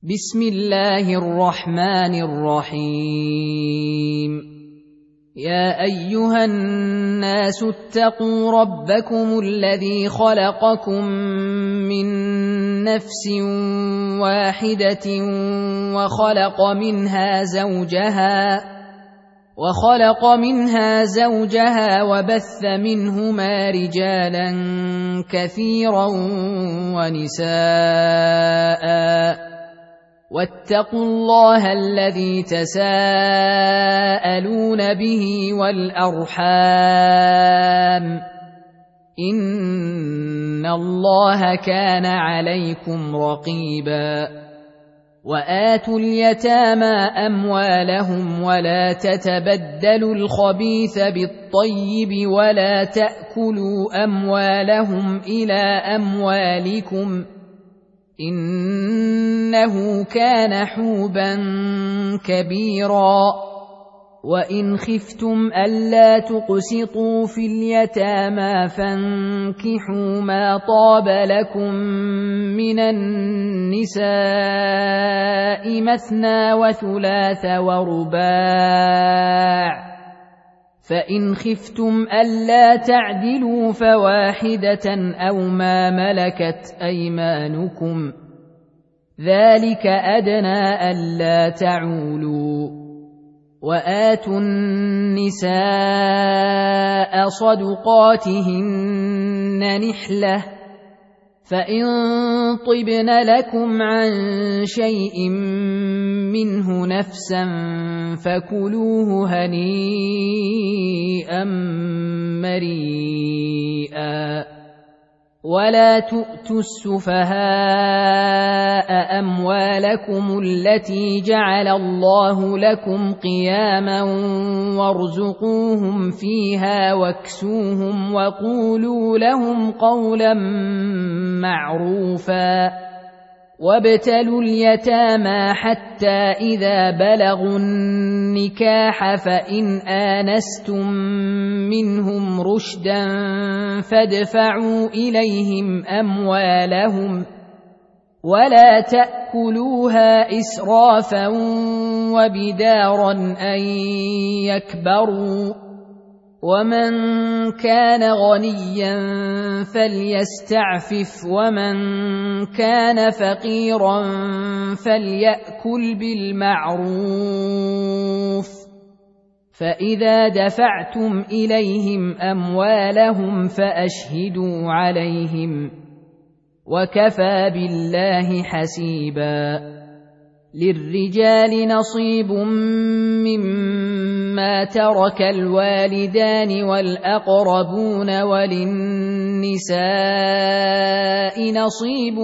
بسم الله الرحمن الرحيم. يا أيها الناس اتقوا ربكم الذي خلقكم من نفس واحدة وخلق منها زوجها وبث منهما رجالا كثيرا ونساء، واتقوا الله الذي تساءلون به والأرحام، إن الله كان عليكم رقيبا. وآتوا اليتامى أموالهم ولا تتبدلوا الخبيث بالطيب ولا تأكلوا أموالهم إلى أموالكم، إنه كان حوبا كبيرا. وإن خفتم ألا تقسطوا في اليتامى فانكحوا ما طاب لكم من النساء مثنى وثلاث ورباع، فإن خفتم ألا تعدلوا فواحدة أو ما ملكت أيمانكم، ذلك أدنى ألا تعولوا. وآتوا النساء صدقاتهن نحلة، فإن طبن لكم عن شيء منه نفسا فكلوه هنيئا مريئا. ولا تؤتوا السفهاء أموالكم التي جعل الله لكم قياما وارزقوهم فيها واكسوهم وقولوا لهم قولا معروفا. وابتلوا اليتامى حتى إذا بلغوا النكاح، فإن آنستم منهم رشدا فادفعوا إليهم أموالهم ولا تأكلوها إسرافا وبدارا أن يكبروا. ومن كان غنيا فليستعفف، ومن كان فقيرا فليأكل بالمعروف. فإذا دفعتم إليهم أموالهم فأشهدوا عليهم، وكفى بالله حسيبا. للرجال نصيب مما ترك الوالدان والأقربون، وللنساء نصيب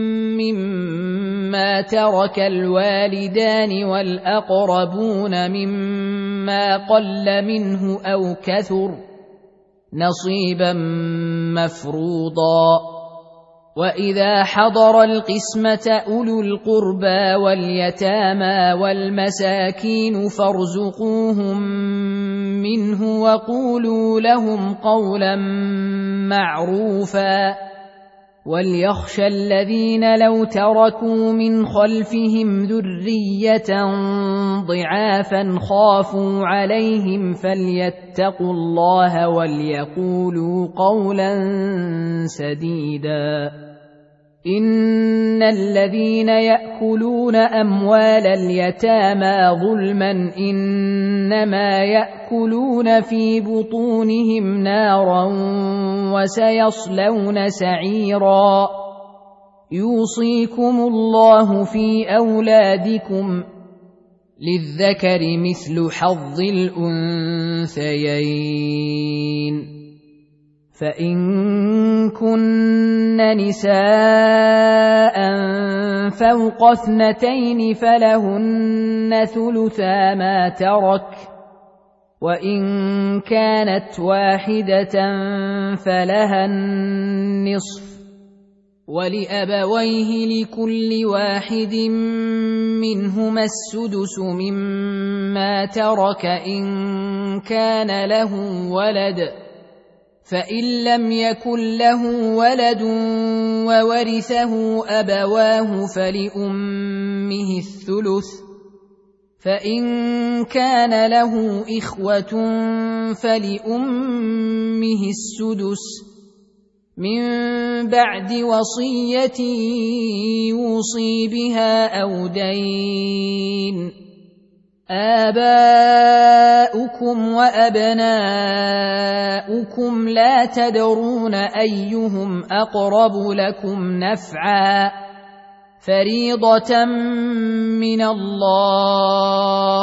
مما ترك الوالدان والأقربون مما قل منه أو كثر، نصيبا مفروضا. وإذا حضر القسمة أولو القربى واليتامى والمساكين فارزقوهم منه وقولوا لهم قولا معروفا. وليخشى الذين لو تركوا من خلفهم ذرية ضعافا خافوا عليهم فليتقوا الله وليقولوا قولا سديدا. إن الذين يأكلون أموال اليتامى ظلما إنما يأكلون في بطونهم نارا وسيصلون سعيرا. يوصيكم الله في أولادكم، للذكر مثل حظ الأنثيين. فإن كن نساء فوق 2 فلهن ثلثا ما ترك، وإن كانت واحدة فلها النصف، ولأبويه لكل واحد منهما السدس مما ترك إن كان له ولد، فإن لم يكن له ولد وورثه أبواه فلأمه لأمه الثلث فإن كان له إخوة فلأمه السدس من بعد وصية يوصي بها أو دين. آباؤكم وأبناؤكم لا تدرون أيهم أقرب لكم نفعا فريضة من الله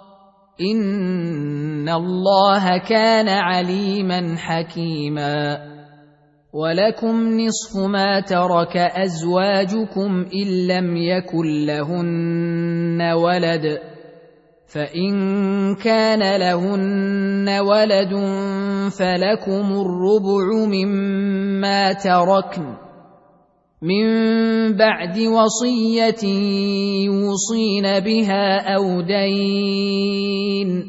إن الله كان عليما حكيما. ولكم نصف ما ترك أزواجكم إن لم يكن لهن ولد فإن كان لهن ولد فلكم الربع مما تركن من بعد وصية يوصين بها أو دين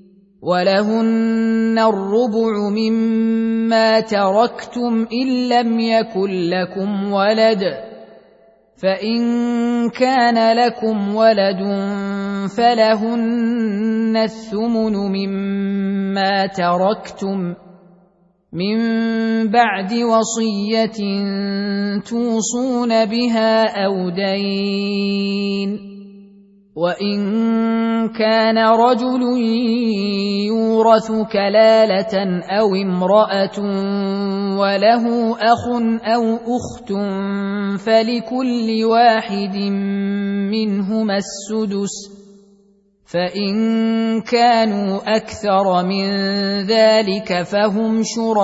ولهن الربع مما تركتم إن لم يكن لكم ولد فإن كان لكم ولد فلهن الثمن مما تركتم من بعد وصية توصون بها أو دين. وإن كان رجل يورث كلالة أو امرأة وله أخ أو أخت فلكل واحد منهما السدس فإن كانوا أكثر من ذلك فهم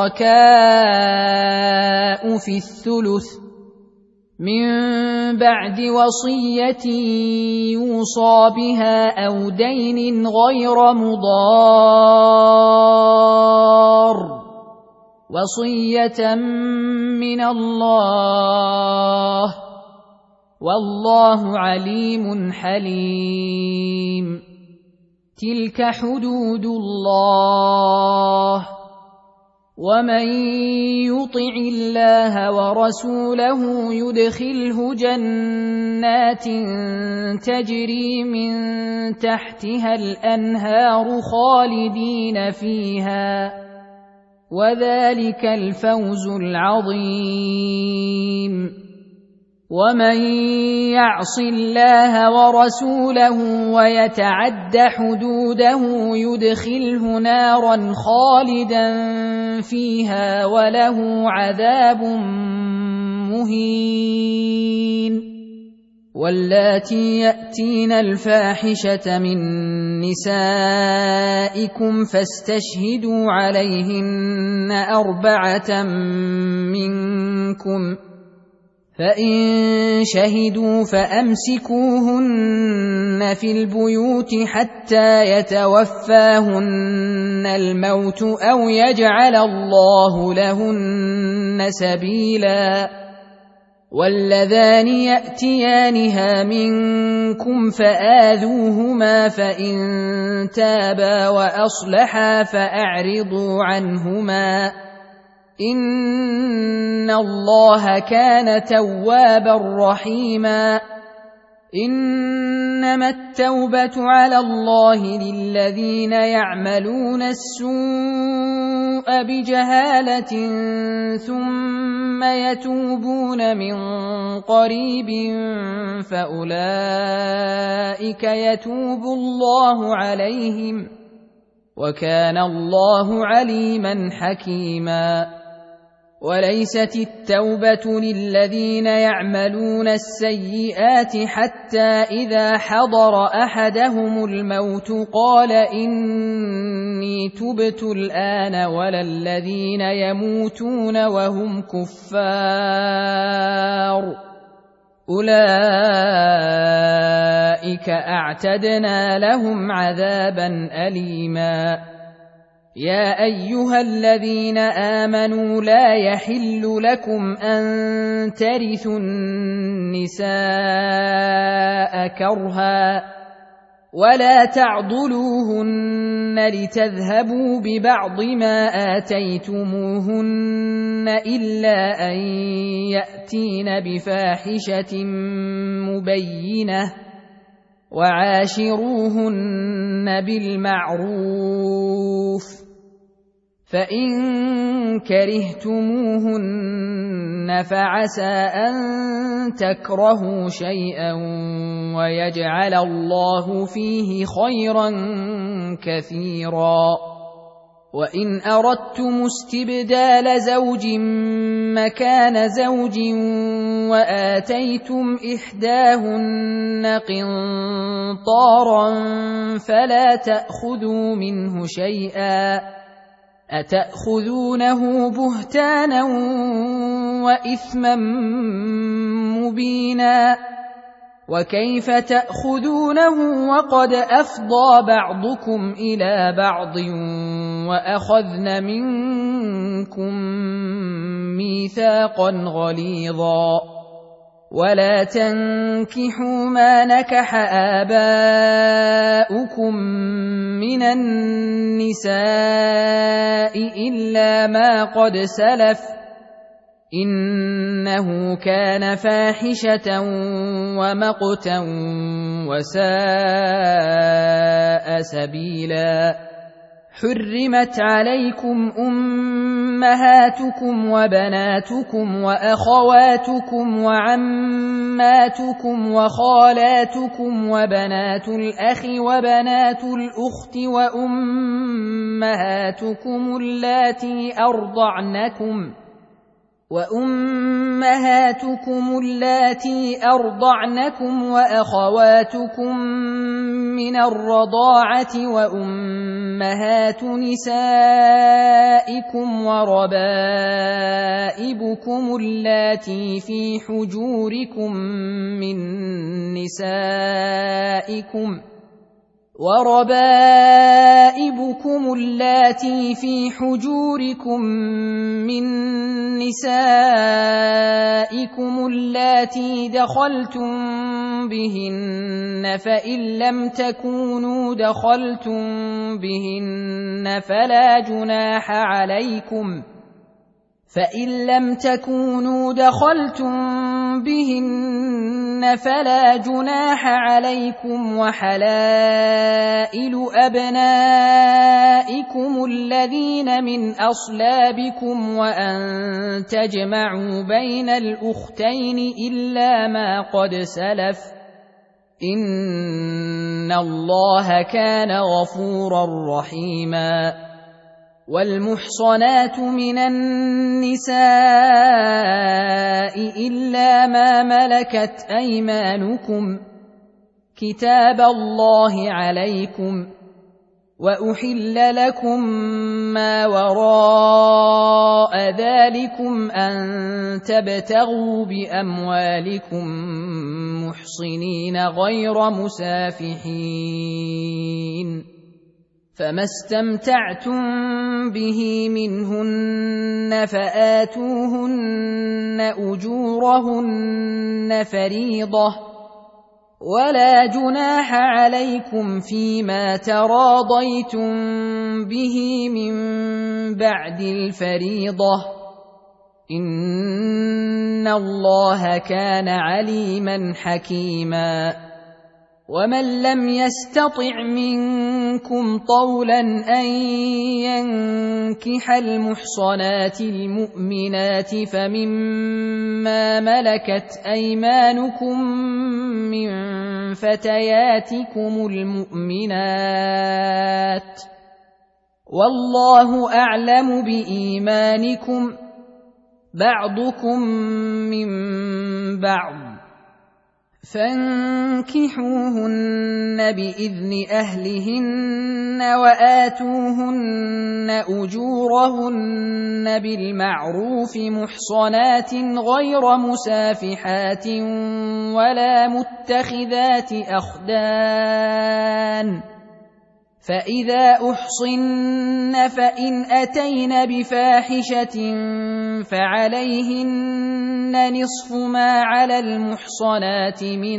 شركاء في الثلث من بعد وصية يوصى بها أو دين غير مضار وصية من الله والله عليم حليم. تلك حدود الله ومن يطع الله ورسوله يدخله جنات تجري من تحتها الأنهار خالدين فيها وذلك الفوز العظيم. ومن يعص الله ورسوله ويتعد حدوده يدخله نارا خالدا فيها وله عذاب مهين. واللاتي يأتين الفاحشة من نسائكم فاستشهدوا عليهن 4 منكم فإن شهدوا فأمسكوهن في البيوت حتى يتوفاهن الموت أو يجعل الله لهن سبيلا. واللذان يأتيانها منكم فآذوهما فإن تابا وأصلحا فأعرضوا عنهما إن الله كان توابا رحيما. إنما التوبة على الله للذين يعملون السوء بجهالة ثم يتوبون من قريب فأولئك يتوب الله عليهم وكان الله عليما حكيما. وليست التوبة للذين يعملون السيئات حتى إذا حضر أحدهم الموت قال إني تبت الآن ولا الذين يموتون وهم كفار أولئك أعتدنا لهم عذابا أليما. يا أيها الذين آمنوا لا يحل لكم أن ترثوا النساء كرها ولا تعضلوهن لتذهبوا ببعض ما آتيتموهن إلا أن يأتين بفاحشة مبينة وعاشروهن بالمعروف فإن كرهتموهن فعسى أن تكرهوا شيئا ويجعل الله فيه خيرا كثيرا وإن أردتم استبدال زوج مكان زوج وآتيتم إحداهن قنطارا فلا تأخذوا منه شيئا أتأخذونه بهتانا وإثما مبينا وكيف تأخذونه وقد أفضى بعضكم إلى بعض وأخذن منكم ميثاقا غليظا ولا تنكحوا ما نكح آباؤكم من النساء إلا ما قد سلف إنه كان فاحشة ومقتا وساء سبيلا حرمت عليكم أمهاتكم وبناتكم وأخواتكم وعماتكم وخالاتكم وبنات الأخ وبنات الأخت وأمهاتكم اللاتي أرضعنكم وأخواتكم من الرضاعة وأمهات نسائكم وربائبكم اللاتي في حجوركم من نسائكم اللاتي دخلتم بهن فإن لم تكونوا دخلتم بهن فلا جناح عليكم وحلائل أبنائكم الذين من أصلابكم وأن تجمعوا بين الأختين إلا ما قد سلف إن الله كان غفورا رحيما والمحصنات من النساء إلا ما ملكت أيمانكم كتاب الله عليكم وأحل لكم ما وراء ذلكم أن تبتغوا بأموالكم محصنين غير مسافحين فما استمتعتم به منهن فآتوهن أجورهن فريضة ولا جناح عليكم فيما تراضيتم به من بعد الفريضة إن الله كان عليما حكيما ومن لم يستطع منكم طولا أن ينكح المحصنات المؤمنات فمما ملكت أيمانكم من فتياتكم المؤمنات والله أعلم بإيمانكم بعضكم من بعض فانكحوهن بإذن أهلهن وآتوهن أجورهن بالمعروف محصنات غير مسافحات ولا متخذات أخدان فإذا أحصن فإن أتين بفاحشة فعليهن نصف ما على المحصنات من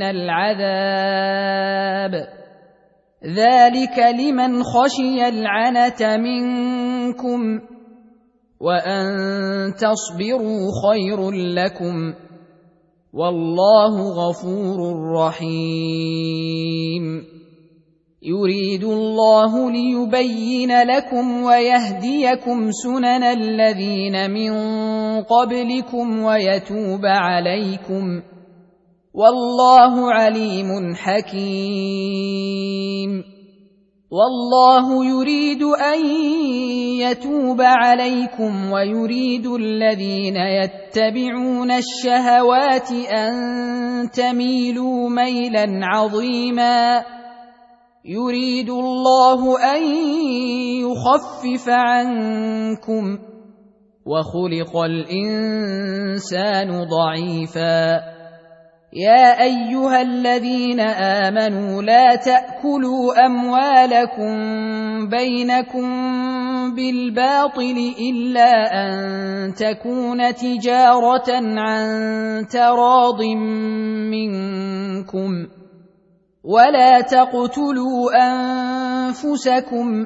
العذاب ذلك لمن خشي العنة منكم وأن تصبروا خير لكم والله غفور رحيم يريد الله ليبين لكم ويهديكم سنن الذين من قبلكم ويتوب عليكم والله عليم حكيم والله يريد أن يتوب عليكم ويريد الذين يتبعون الشهوات أن تميلوا ميلا عظيما يريد الله أن يخفف عنكم وخلق الإنسان ضعيفا يا أيها الذين آمنوا لا تأكلوا أموالكم بينكم بالباطل إلا أن تكون تجارة عن تراض منكم ولا تقتلوا أنفسكم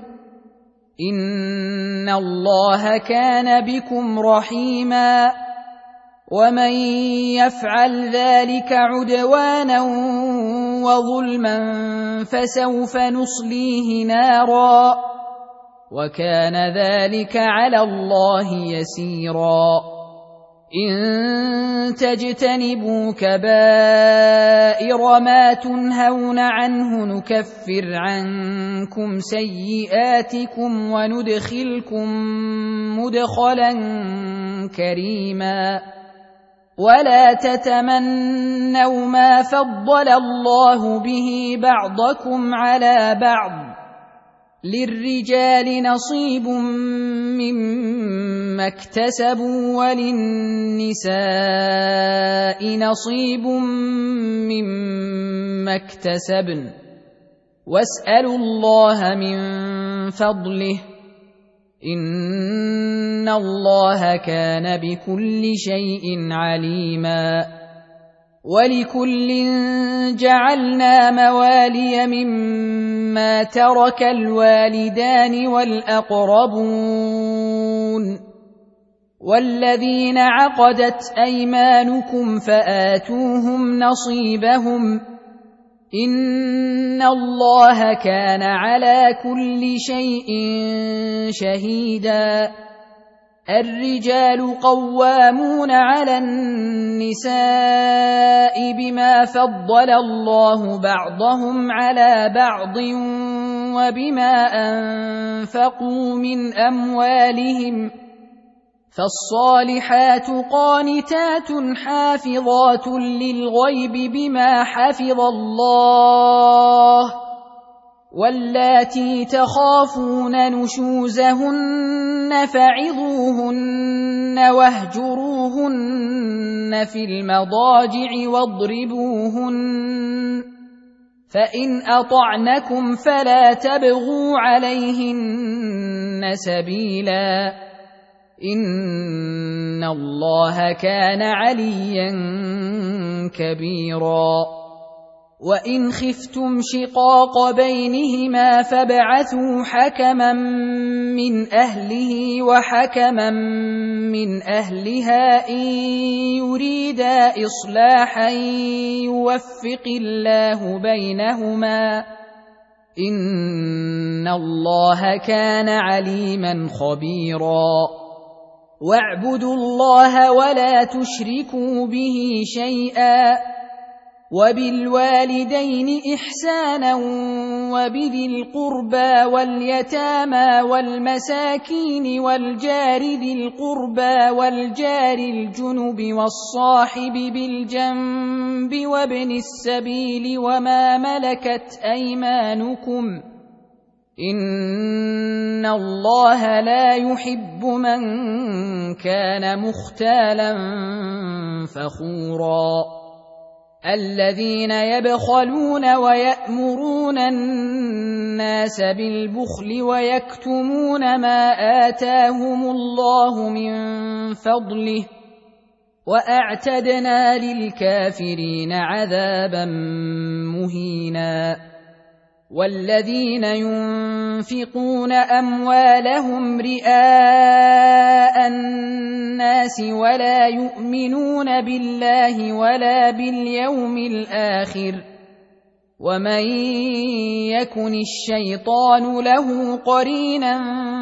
إن الله كان بكم رحيما ومن يفعل ذلك عدوانا وظلما فسوف نصليه نارا وكان ذلك على الله يسيرا إن تجتنبوا كبائر ما تنهون عنه نكفر عنكم سيئاتكم وندخلكم مدخلا كريما ولا تتمنوا ما فضل الله به بعضكم على بعض للرجال نصيب مما اكتسبوا وللنساء نصيب مما اكتسبن واسألوا الله من فضله إن الله كان بكل شيء عليما ولكل جعلنا موالي مما ترك الوالدان والأقربون والذين عقدت أيمانكم فآتوهم نصيبهم إن الله كان على كل شيء شهيدا الرجال قوامون على النساء بما فضل الله بعضهم على بعض وبما أنفقوا من أموالهم فالصالحات قانتات حافظات للغيب بما حفظ الله واللاتي تخافون نشوزهن فعظوهن واهجروهن في المضاجع واضربوهن فإن أطعنكم فلا تبغوا عليهن سبيلا إن الله كان عليا كبيرا وإن خفتم شقاق بينهما فابعثوا حكما من أهله وحكما من أهلها إن يريدا إصلاحا يوفق الله بينهما إن الله كان عليما خبيرا واعبدوا الله ولا تشركوا به شيئا وبالوالدين إحسانا وبذي القربى واليتامى والمساكين والجار ذي القربى والجار الجنب والصاحب بالجنب وابن السبيل وما ملكت أيمانكم إن الله لا يحب من كان مختالا فخورا الذين يبخلون ويأمرون الناس بالبخل ويكتمون ما آتاهم الله من فضله وأعتدنا للكافرين عذابا مهينا والذين ينفقون أموالهم رئاء الناس ولا يؤمنون بالله ولا باليوم الآخر ومن يكن الشيطان له قرينا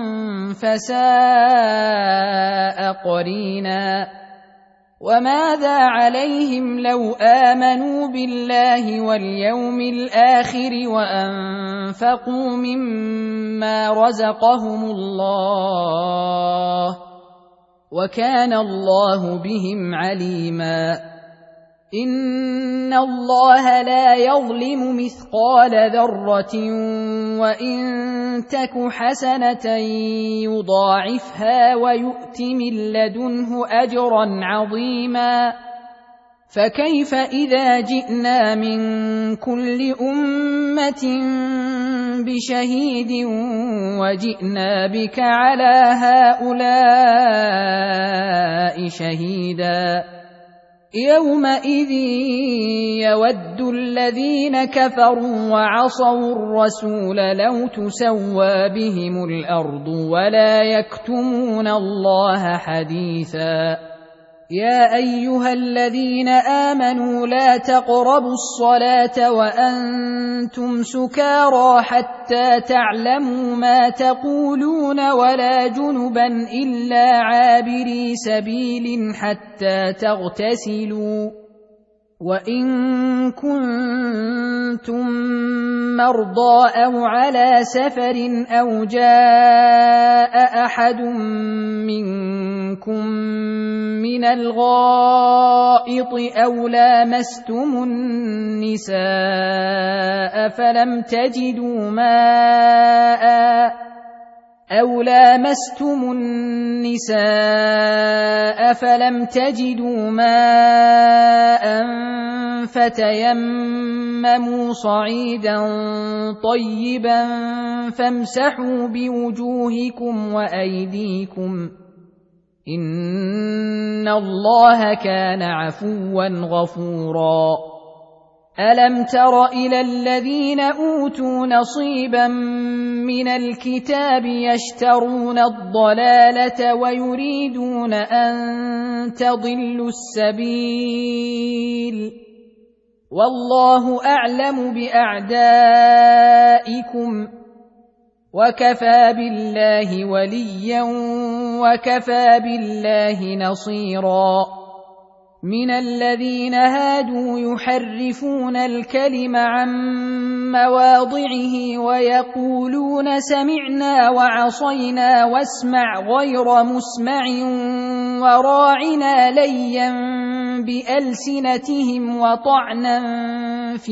فساء قرينا وماذا عليهم لو آمنوا بالله واليوم الآخر وأنفقوا مما رزقهم الله وكان الله بهم عليما إن الله لا يظلم مثقال ذرة وإن تك حسنة يضاعفها ويؤت من لدنه أجرا عظيما فكيف إذا جئنا من كل أمة بشهيد وجئنا بك على هؤلاء شهيدا يومئذ يود الذين كفروا وعصوا الرسول لو تسوى بهم الأرض ولا يكتمون الله حديثا يا أيها الذين آمنوا لا تقربوا الصلاة وأنتم سكارى حتى تعلموا ما تقولون ولا جنبا إلا عابري سبيل حتى تغتسلوا وإن كنتم مرضى أو على سفر أو جاء أحد منكم من الغائط أو لامستم النساء فلم تجدوا ماء فتيمموا صعيدا طيبا فامسحوا بوجوهكم وأيديكم إن الله كان عفوا غفورا ألم تر إلى الذين أوتوا نصيبا من الكتاب يشترون الضلالة ويريدون أن تضلوا السبيل والله أعلم بأعدائكم وكفى بالله وليا وكفى بالله نصيرا من الذين هادوا يحرفون الكلم عن مواضعه ويقولون سمعنا وعصينا واسمع غير مسمع وراعنا ليا بألسنتهم وطعنا في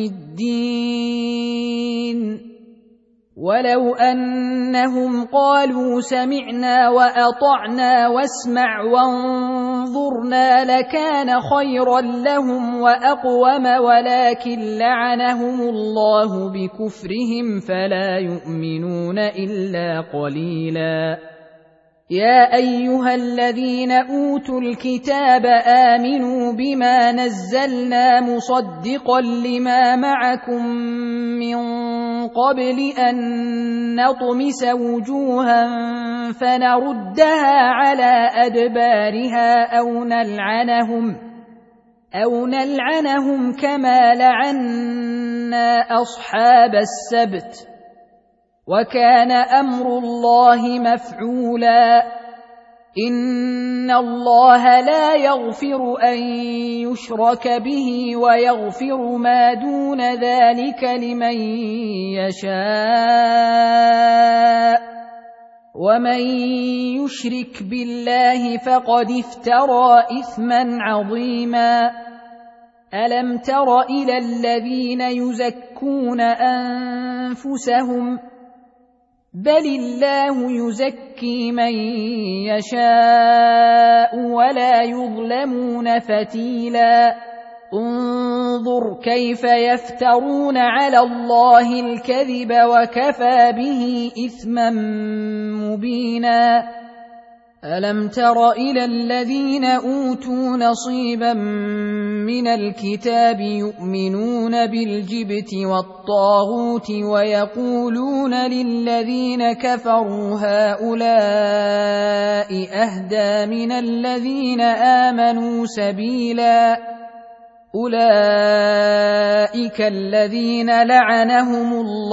الدين ولو أنهم قالوا سمعنا وأطعنا واسمع وانظرنا لكان خيرا لهم وأقوم ولكن لعنهم الله بكفرهم فلا يؤمنون إلا قليلا يا أيها الذين أوتوا الكتاب آمنوا بما نزلنا مصدقا لما معكم من قبل أن نطمس وجوها فنردها على أدبارها أو نلعنهم كما لعنا أصحاب السبت وكان أمر الله مفعولا إن الله لا يغفر أن يشرك به ويغفر ما دون ذلك لمن يشاء ومن يشرك بالله فقد افترى إثما عظيما ألم تر إلى الذين يزكون أنفسهم بل الله يزكي من يشاء ولا يظلمون فتيلا انظر كيف يفترون على الله الكذب وكفى به إثما مبينا ألم تر إلى الذين أوتوا نصيبا من الكتاب يؤمنون بالجبت والطاغوت ويقولون للذين كفروا هؤلاء أهدى من الذين آمنوا سبيلا أولئك الذين لعنهم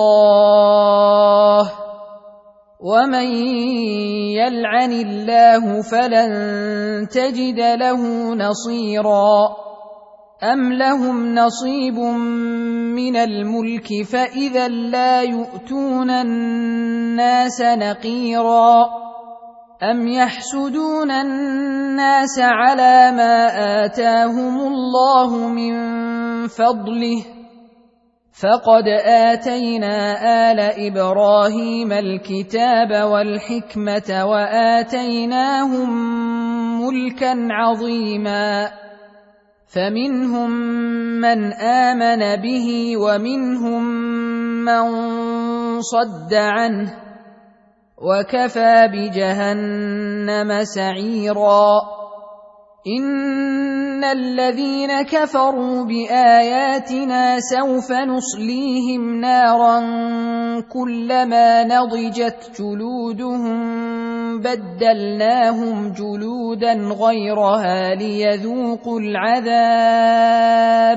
الله ومن يلعن الله فلن تجد له نصيرا أم لهم نصيب من الملك فإذا لا يؤتون الناس نقيرا أم يحسدون الناس على ما آتاهم الله من فضله فقد آتينا آل إبراهيم الكتاب والحكمة وآتيناهم ملكا عظيما فمنهم من آمن به ومنهم من صد عنه وكفى بجهنم سعيرا إن الذين كفروا بآياتنا سوف نصليهم نارا كلما نضجت جلودهم بدلناهم جلودا غيرها ليذوقوا العذاب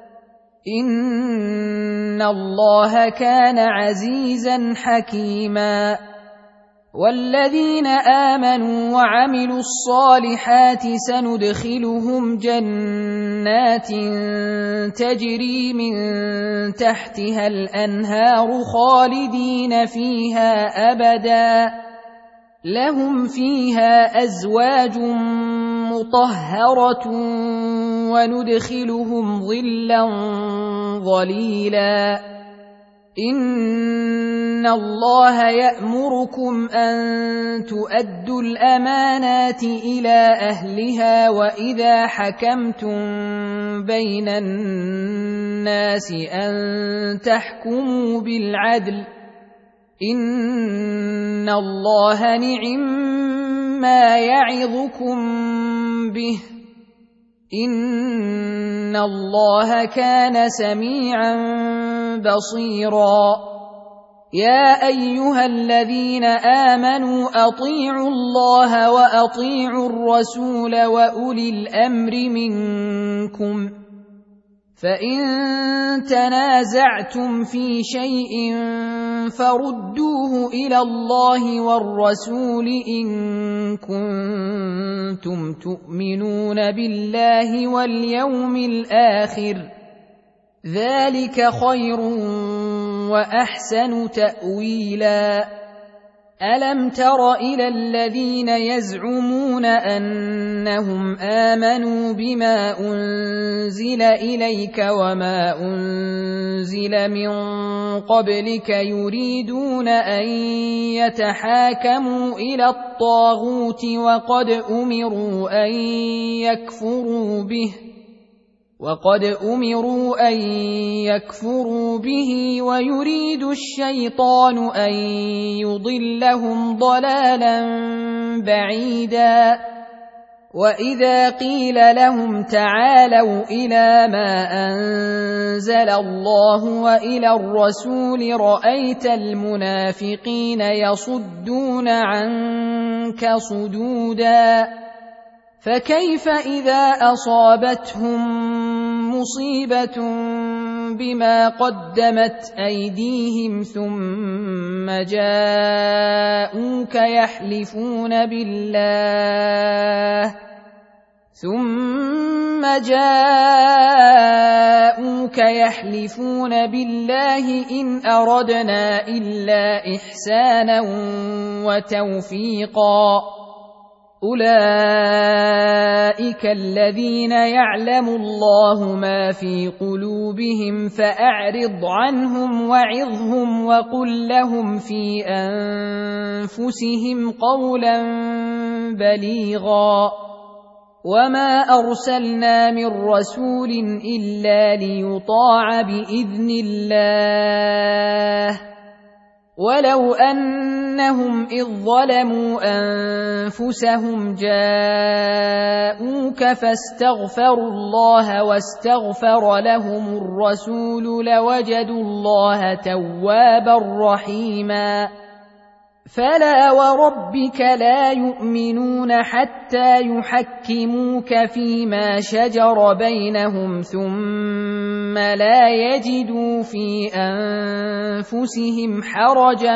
إن الله كان عزيزا حكيما والذين آمنوا وعملوا الصالحات سندخلهم جنات تجري من تحتها الأنهار خالدين فيها أبدا لهم فيها أزواج مطهرة وندخلهم ظلا ظليلا إن الله يأمركم أن تؤدوا الأمانات إلى أهلها وإذا حكمتم بين الناس أن تحكموا بالعدل إن الله نعما يعظكم به إن الله كان سميعا بصيرا يا أيها الذين آمنوا أطيعوا الله وأطيعوا الرسول وأولي الأمر منكم فإن تنازعتم في شيء فردوه إلى الله والرسول إن كنتم تؤمنون بالله واليوم الآخر ذلك خير وأحسن تأويلا ألم تر إلى الذين يزعمون أنهم آمنوا بما أنزل إليك وما أنزل من قبلك يريدون أن يتحاكموا إلى الطاغوت وقد أمروا أن يكفروا به ويريد الشيطان أن يضلهم ضلالا بعيدا وإذا قيل لهم تعالوا إلى ما أنزل الله وإلى الرسول رأيت المنافقين يصدون عنك صدودا فكيف إذا أصابتهم مصيبة بما قدمت أيديهم ثم جاءوك يحلفون بالله إن أردنا إلا إحسانا وتوفيقا أولئك الذين يعلم الله ما في قلوبهم فأعرض عنهم وعظهم وقل لهم في أنفسهم قولا بليغا وما أرسلنا من رسول إلا ليطاع بإذن الله ولو أنهم إذ ظلموا أنفسهم جاءوك فاستغفروا الله واستغفر لهم الرسول لوجدوا الله توابا رحيما فلا وربك لا يؤمنون حتى يحكموك فيما شجر بينهم ثم لا يجدوا في أنفسهم حرجا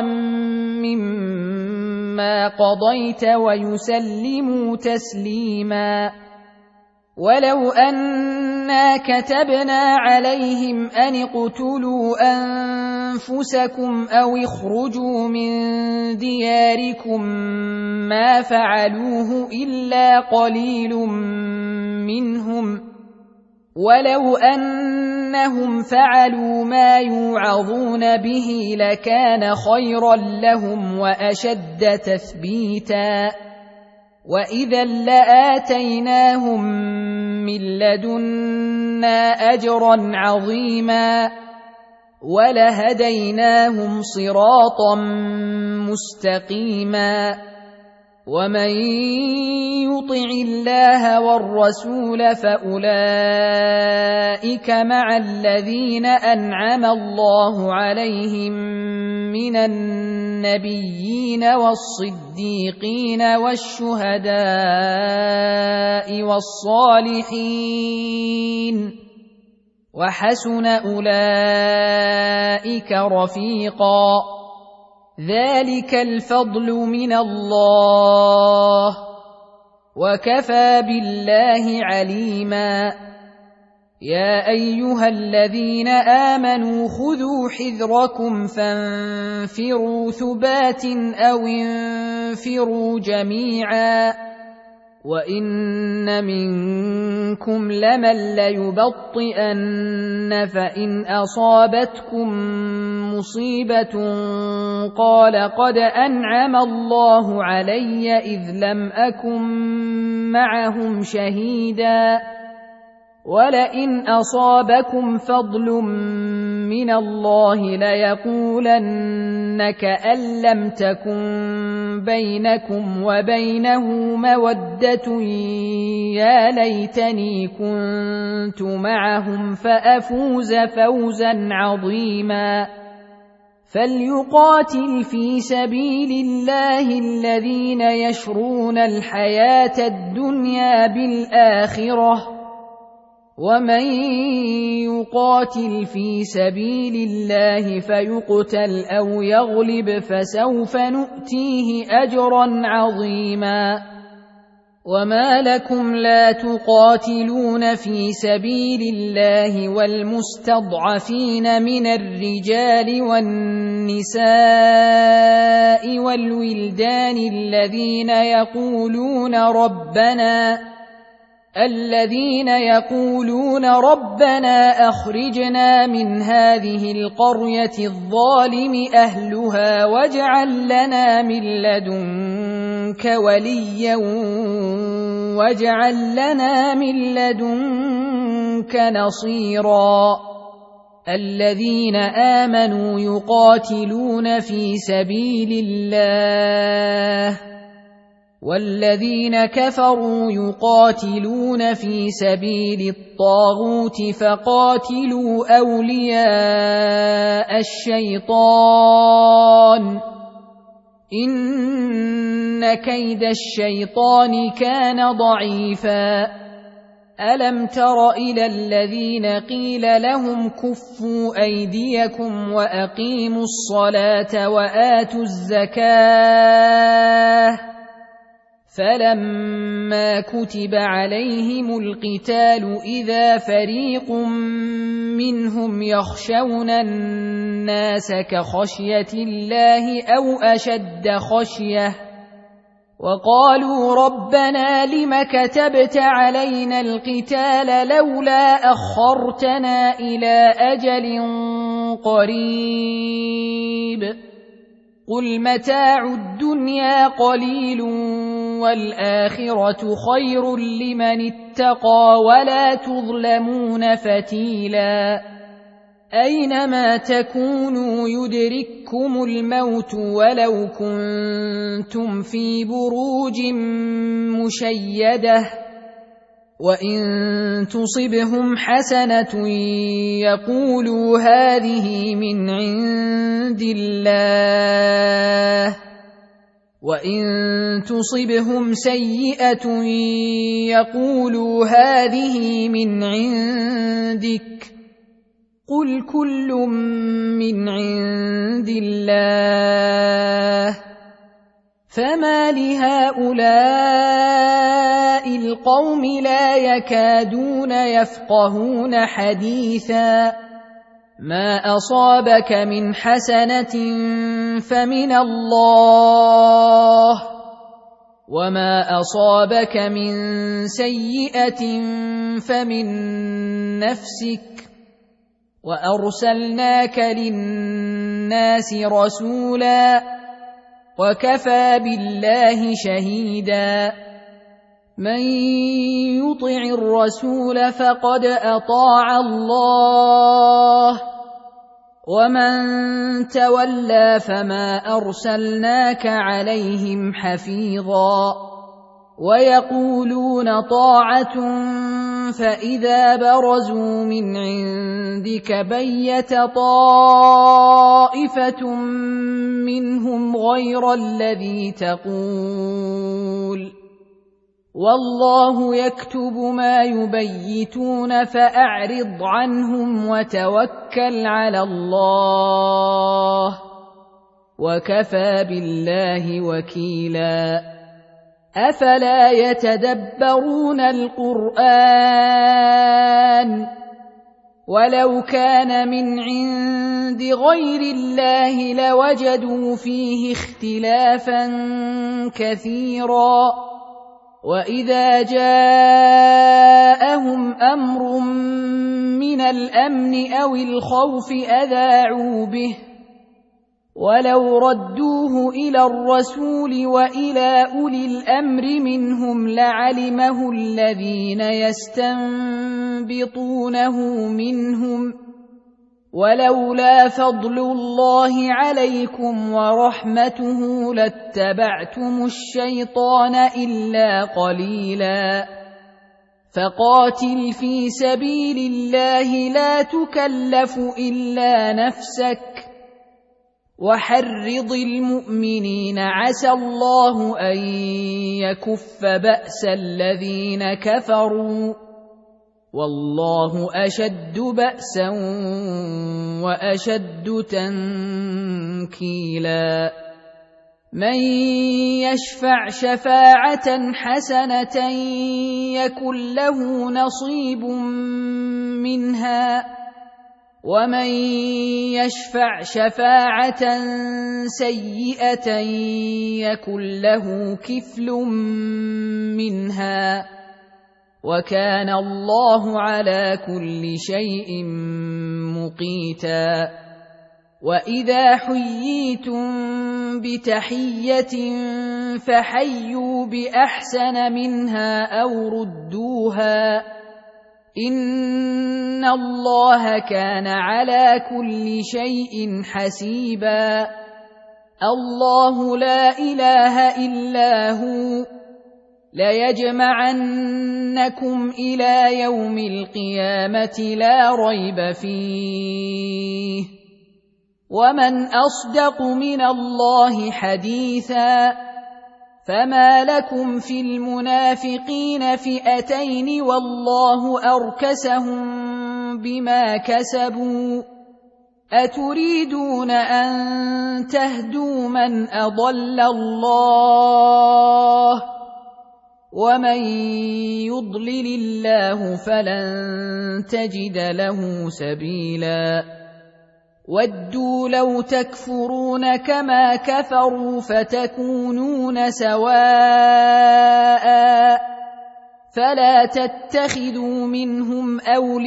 مما قضيت ويسلموا تسليما ولو أنا كتبنا عليهم أن اقتلوا أنفسكم أو اخرجوا من دياركم ما فعلوه إلا قليل منهم ولو أنهم فعلوا ما يوعظون به لكان خيرا لهم وأشد تثبيتا وإذا لآتيناهم من لدنا أجرا عظيما ولهديناهم صراطا مستقيما ومن يطع الله والرسول فأولئك مع الذين أنعم الله عليهم من النبيين والصديقين والشهداء والصالحين وحسن أولئك رفيقا ذلك الفضل من الله وكفى بالله عليما يا أيها الذين آمنوا خذوا حذركم فانفروا ثبات أو انفروا جميعا وإن منكم لمن ليبطئن فإن أصابتكم مصيبة قال قد أنعم الله علي إذ لم أكن معهم شهيدا ولئن أصابكم فضل من الله ليقولن كأن لم تكن بينكم وبينه مودة يا ليتني كنت معهم فأفوز فوزا عظيما فليقاتل في سبيل الله الذين يشرون الحياة الدنيا بالآخرة ومن يقاتل في سبيل الله فيقتل أو يغلب فسوف نؤتيه أجرا عظيما وما لكم لا تقاتلون في سبيل الله والمستضعفين من الرجال والنساء والولدان الذين يقولون ربنا أخرجنا من هذه القرية الظالم أهلها واجعل لنا من لدنك وليا واجعل لنا من لدنك نصيرا الذين آمنوا يقاتلون في سبيل الله والذين كفروا يقاتلون في سبيل الطاغوت فقاتلوا أولياء الشيطان إن كيد الشيطان كان ضعيفا ألم تر إلى الذين قيل لهم كفوا أيديكم وأقيموا الصلاة وآتوا الزكاة فلما كتب عليهم القتال إذا فريق منهم يخشون الناس كخشية الله أو أشد خشية وقالوا ربنا لم كتبت علينا القتال لولا أخرتنا إلى أجل قريب قل متاع الدنيا قليل والآخرة خير لمن اتقى ولا تظلمون فتيلا أينما تكونوا يدرككم الموت ولو كنتم في بروج مشيدة وإن تصبهم حسنة يقولوا هذه من عند الله وإن تصبهم سيئة يقولوا هذه من عندك قل كل من عند الله فما لهؤلاء القوم لا يكادون يفقهون حديثا ما أصابك من حسنة فمن الله وما أصابك من سيئة فمن نفسك وأرسلناك للناس رسولا وكفى بالله شهيدا من يطع الرسول فقد أطاع الله ومن تولى فما أرسلناك عليهم حفيظا ويقولون طاعة فإذا برزوا من عندك بيت طائفة منهم غير الذي تقول والله يكتب ما يبيتون فأعرض عنهم وتوكل على الله وكفى بالله وكيلا أفلا يتدبرون القرآن ولو كان من عند غير الله لوجدوا فيه اختلافا كثيرا وإذا جاءهم أمر من الأمن أو الخوف أذاعوا به ولو ردوه إلى الرسول وإلى أولي الأمر منهم لعلمه الذين يستنبطونه منهم ولولا فضل الله عليكم ورحمته لاتبعتم الشيطان إلا قليلا فقاتل في سبيل الله لا تكلف إلا نفسك وحرض المؤمنين عسى الله أن يكف بأس الذين كفروا والله أشد بأسا وأشد تنكيلا من يشفع شفاعة حسنة يكن له نصيب منها ومن يشفع شفاعة سيئة يكن له كفل منها وكان الله على كل شيء مقيتا وإذا حييتم بتحية فحيوا بأحسن منها أو ردوها إن الله كان على كل شيء حسيبا الله لا إله إلا هو ليجمعنكم إلى يوم القيامة لا ريب فيه ومن أصدق من الله حديثا فما لكم في المنافقين فئتين والله أركسهم بما كسبوا أتريدون أن تهدوا من أضل الله ومن يضلل الله فلن تجد له سبيلا ودوا لو تكفرون كما كفروا فتكونون سواء فلا تتخذوا منهم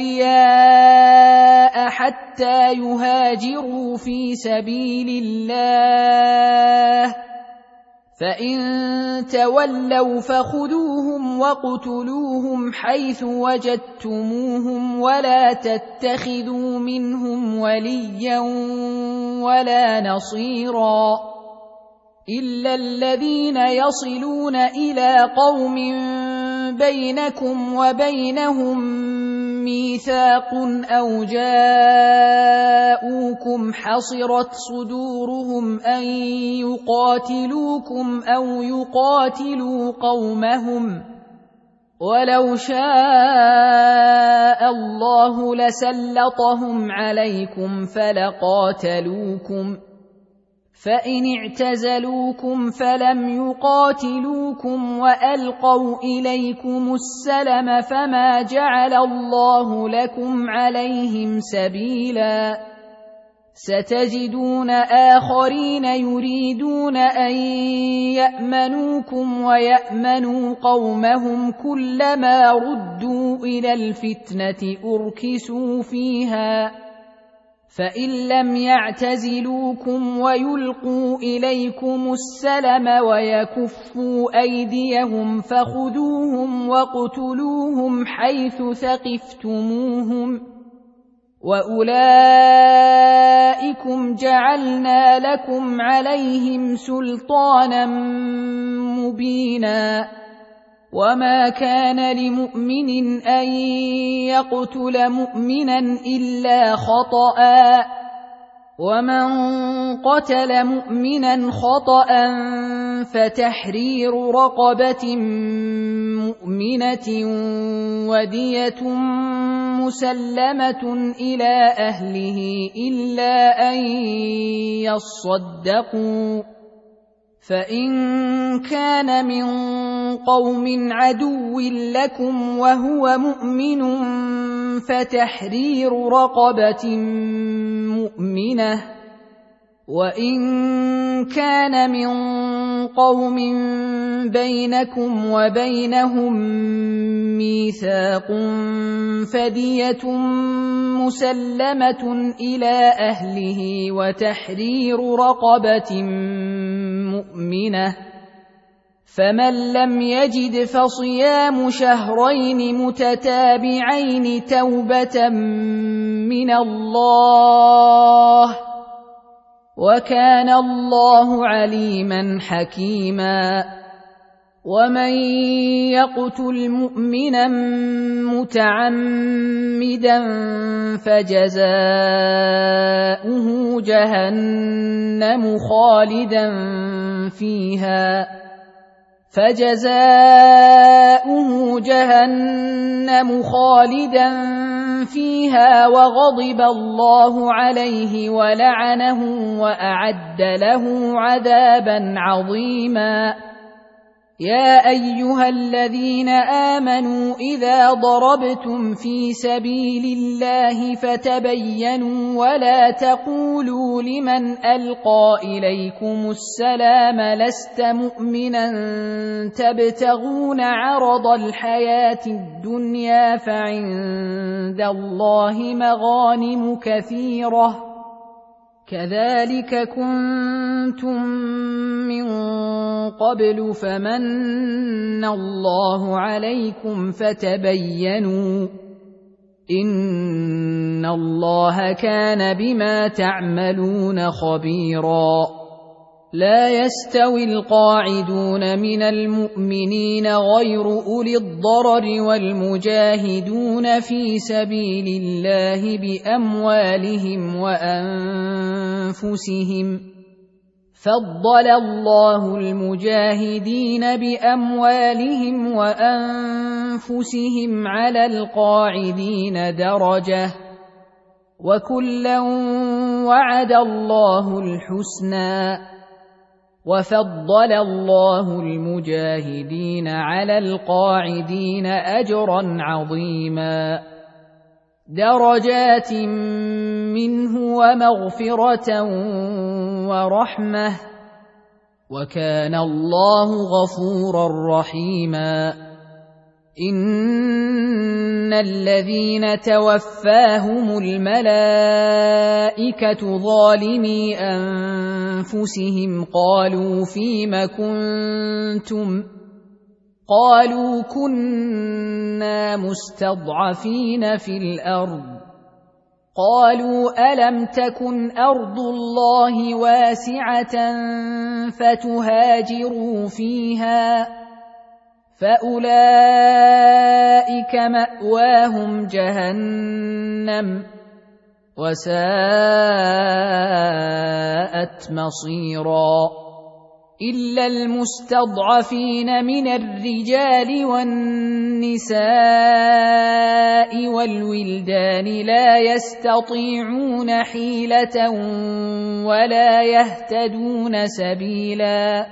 أولياء حتى يهاجروا في سبيل الله فإن تولوا فخذوهم واقتلوهم حيث وجدتموهم ولا تتخذوا منهم وليا ولا نصيرا إلا الذين يصلون إلى قوم بينكم وبينهم ميثاق أو جاءوكم حصرت صدورهم أن يقاتلوكم أو يقاتلوا قومهم ولو شاء الله لسلطهم عليكم فلقاتلوكم فإن اعتزلوكم فلم يقاتلوكم وألقوا إليكم السلم فما جعل الله لكم عليهم سبيلا ستجدون آخرين يريدون أن يأمنوكم ويأمنوا قومهم كلما ردوا إلى الفتنة أركسوا فيها فإن لم يعتزلوكم ويلقوا إليكم السلم ويكفوا أيديهم فخذوهم واقتلوهم حيث ثقفتموهم وأولئكم جعلنا لكم عليهم سلطانا مبينا وما كان لمؤمن أن يقتل مؤمنا إلا خطأ ومن قتل مؤمنا خطأ فتحرير رقبة مؤمنة ودية مسلمة إلى أهله إلا أن يصدقوا فإن كان من قوم عدو لكم وهو مؤمن فتحرير رقبة مؤمنة وإن كان من قوم بينكم وبينهم ميثاق فدية مسلمة إلى أهله وتحرير رقبة مؤمنة فمن لم يجد فصيام شهرين متتابعين توبة من الله وكان الله عليما حكيما ومن يقتل مؤمنا متعمدا فجزاؤه جهنم خالدا فيها وغضب الله عليه ولعنه وأعد له عذابا عظيما يا أيها الذين آمنوا إذا ضربتم في سبيل الله فتبينوا ولا تقولوا لمن ألقى إليكم السلام لست مؤمنا تبتغون عرض الحياة الدنيا فعند الله مغانم كثيرة كذلك كنتم من قبل فمن الله عليكم فتبينوا إن الله كان بما تعملون خبيرا لا يستوي القاعدون من المؤمنين غير أولي الضرر والمجاهدون في سبيل الله بأموالهم وأنفسهم فضل الله المجاهدين بأموالهم وأنفسهم على القاعدين درجة وكلا وعد الله الحسنى وفضل الله المجاهدين على القاعدين أجرا عظيما درجات منه ومغفرة ورحمة وكان الله غفورا رحيما إن الذين توفاهم الملائكة ظالمي أنفسهم قالوا فيم كنتم قالوا كنا مستضعفين في الأرض قالوا ألم تكن أرض الله واسعة فتهاجروا فيها فأولئك مأواهم جهنم وساءت مصيرا إلا المستضعفين من الرجال والنساء والولدان لا يستطيعون حيلة ولا يهتدون سبيلا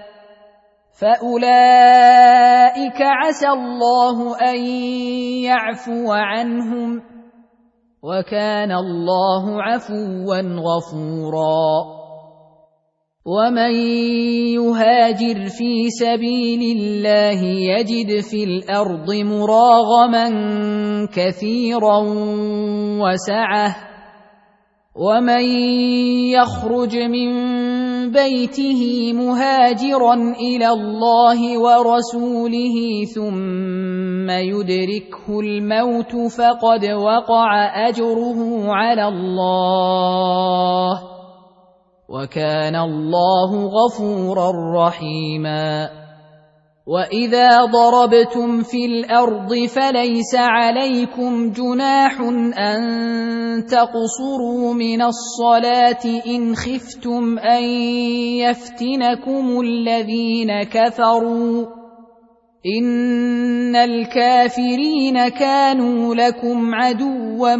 فأولئك عسى الله أن يعفو عنهم وكان الله عفوا غفورا ومن يهاجر في سبيل الله يجد في الأرض مراغما كثيرا وسعة ومن يخرج من بيته مهاجرا إلى الله ورسوله ثم يدركه الموت فقد وقع أجره على الله وكان الله غفورا رحيما وإذا ضربتم في الأرض فليس عليكم جناح أن تقصروا من الصلاة إن خفتم أن يفتنكم الذين كفروا إن الكافرين كانوا لكم عدوا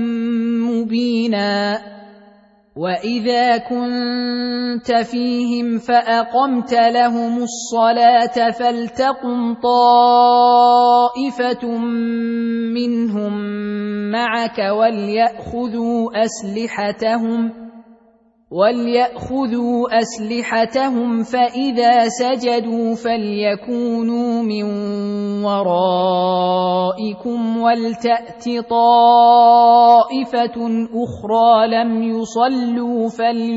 مبينا وإذا كنت فيهم فأقمت لهم الصلاة فلتقم طائفة منهم معك وليأخذوا أسلحتهم فإذا سجدوا فليكونوا من ورائكم ولتأت طائفة أخرى لم يصلوا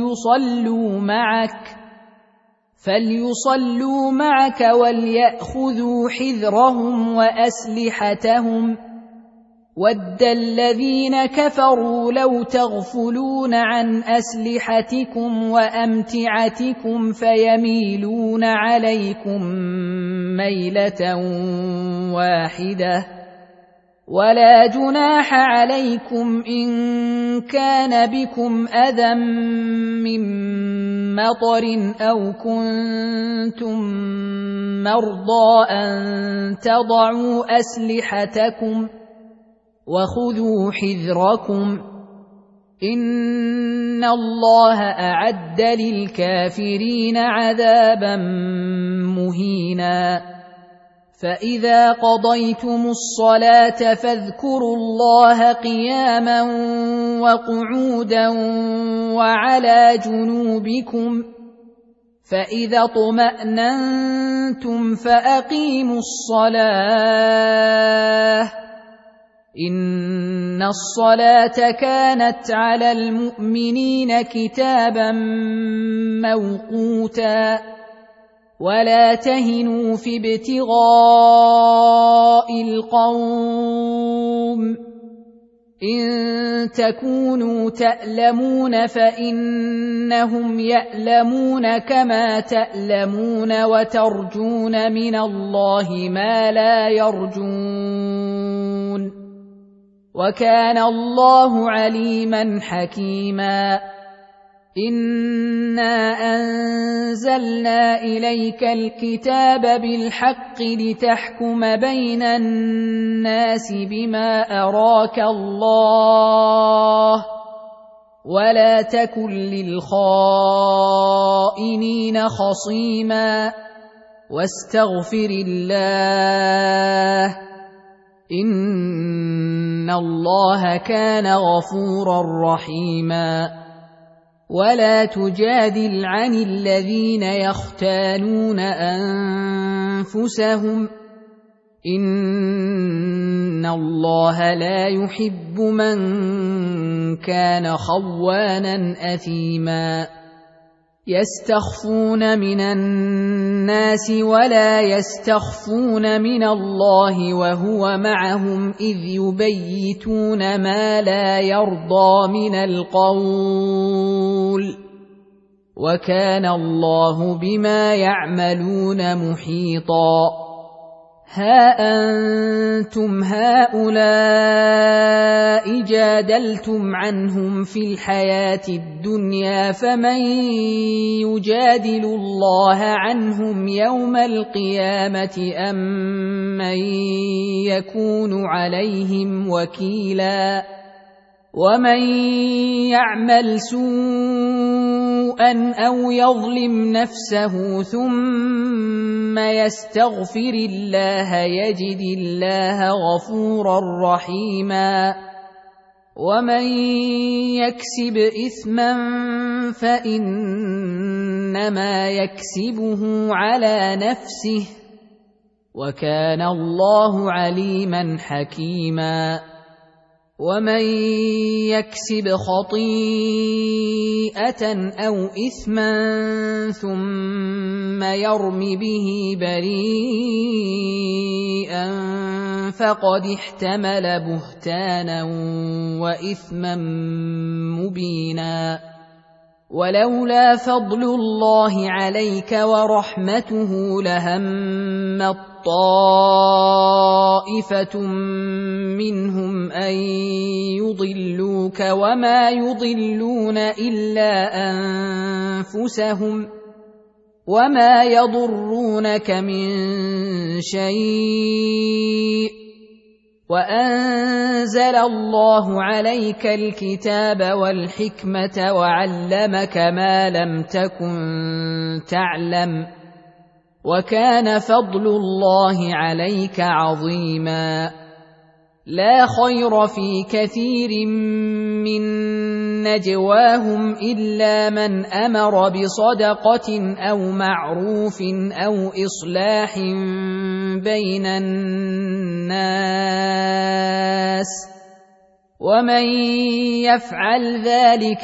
فليصلوا معك وليأخذوا حذرهم وأسلحتهم ود الذين كفروا لو تغفلون عن أسلحتكم وأمتعتكم فيميلون عليكم ميلة واحدة ولا جناح عليكم إن كان بكم أذى من مطر أو كنتم مرضى أن تضعوا أسلحتكم وخذوا حذركم إن الله أعد للكافرين عذابا مهينا فإذا قضيتم الصلاة فاذكروا الله قياما وقعودا وعلى جنوبكم فإذا اطمأننتم فأقيموا الصلاة إن الصلاة كانت على المؤمنين كتابا موقوتا ولا تهنوا في ابتغاء القوم إن تكونوا تألمون فإنهم يألمون كما تألمون وترجون من الله ما لا يرجون وكان الله عليما حكيما إنا أنزلنا إليك الكتاب بالحق لتحكم بين الناس بما أراك الله ولا تكن للخائنين خصيما واستغفر الله إن الله كان غفورا رحيما ولا تجادل عن الذين يختانون أنفسهم إن الله لا يحب من كان خوانا أثيما يستخفون من الناس ولا يستخفون من الله وهو معهم إذ يبيتون ما لا يرضى من القول وكان الله بما يعملون محيطا ها أنتم هؤلاء جادلتم عنهم في الحياة الدنيا فمن يجادل الله عنهم يوم القيامة أم من يكون عليهم وكيلا ومن يعمل سوءا أو يظلم نفسه ثم يستغفر الله يجد الله غفورا رحيما ومن يكسب إثما فإنما يكسبه على نفسه وكان الله عليما حكيما ومن يكسب خطيئة أو إثما ثم يرم به بريئا فقد احتمل بهتانا وإثما مبينا ولولا فضل الله عليك ورحمته لهمت طائفة منهم أن يضلوك وما يضلون إلا أنفسهم وما يضرونك من شيء وأنزل الله عليك الكتاب والحكمة وعلمك ما لم تكن تعلم وكان فضل الله عليك عظيما لا خير في كثير من نجواهم إلا من أمر بصدقة أو معروف أو إصلاح بين الناس ومن يفعل ذلك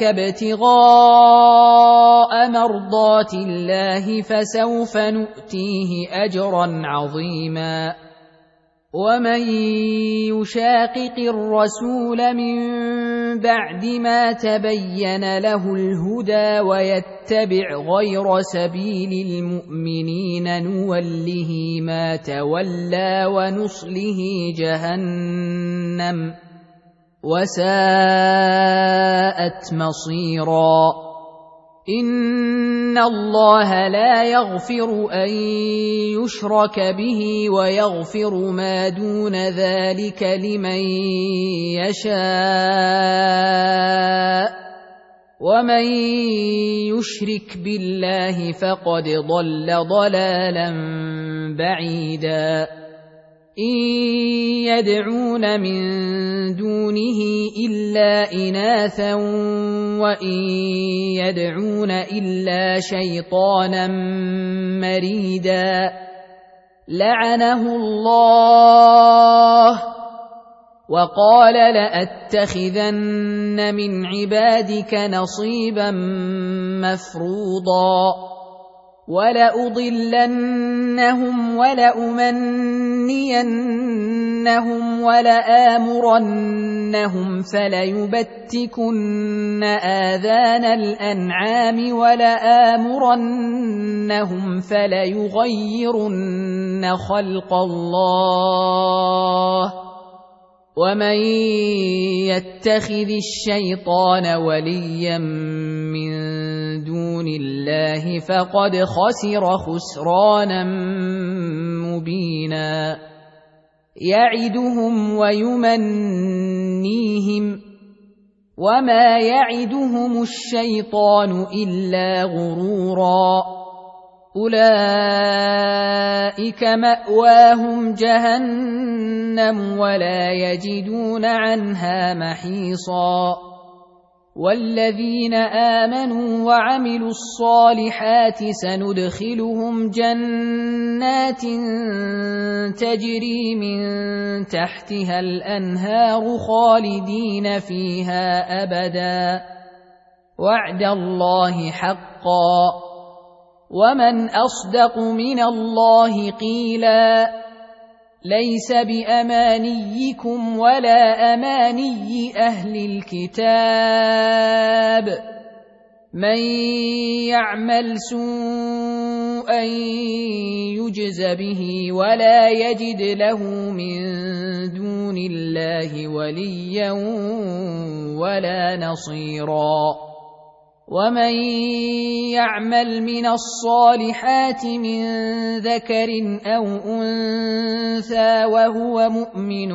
ابتغاء مرضات الله فسوف نؤتيه أجرا عظيما ومن يشاقق الرسول من بعد ما تبين له الهدى ويتبع غير سبيل المؤمنين نوله ما تولى ونصله جهنم وساءت مصيرا إن الله لا يغفر أن يشرك به ويغفر ما دون ذلك لمن يشاء ومن يشرك بالله فقد ضل ضلالا بعيدا إن يدعون من دونه إلا إناثا وإن يدعون إلا شيطانا مريدا لعنه الله وقال لأتخذن من عبادك نصيبا مفروضا ولأضلنهم ولأمنينهم ولآمرنهم فليبتكن آذان الأنعام ولآمرنهم فليغيرن خلق الله ومن يتخذ الشيطان وليا من دون الله فقد خسر خسرانا مبينا يعدهم ويمنيهم وما يعدهم الشيطان إلا غرورا أولئك مأواهم جهنم ولا يجدون عنها محيصا والذين آمنوا وعملوا الصالحات سندخلهم جنات تجري من تحتها الأنهار خالدين فيها أبدا وعد الله حقا ومن أصدق من الله قيلا ليس بأمانيكم ولا أماني أهل الكتاب من يعمل سوءا يجز به ولا يجد له من دون الله وليا ولا نصيرا ومن يعمل من الصالحات من ذكر أو أنثى وهو مؤمن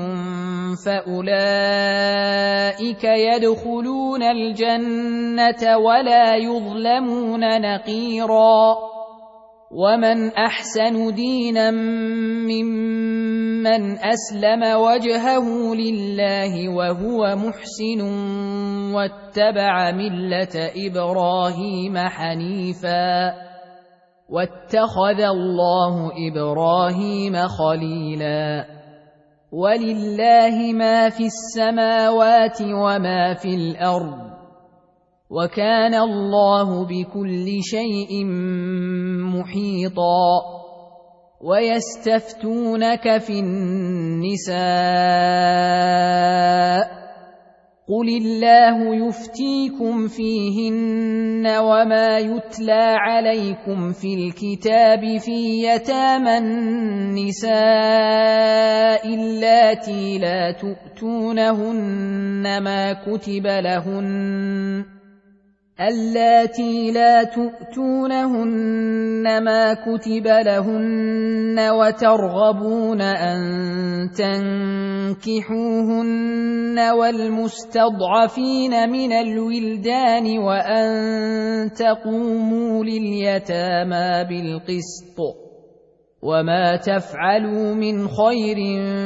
فأولئك يدخلون الجنة ولا يظلمون نقيرا ومن أحسن دينا ممن أسلم وجهه لله وهو محسن واتبع ملة إبراهيم حنيفا واتخذ الله إبراهيم خليلا ولله ما في السماوات وما في الأرض وكان الله بكل شيء محيطا ويستفتونك في النساء قل الله يفتيكم فيهن وما يتلى عليكم في الكتاب في يتامى النساء اللاتي لا تؤتونهن ما كتب لهن وترغبون أن تنكحوهن والمستضعفين من الولدان وأن تقوموا لليتامى بالقسط وما تفعلوا من خير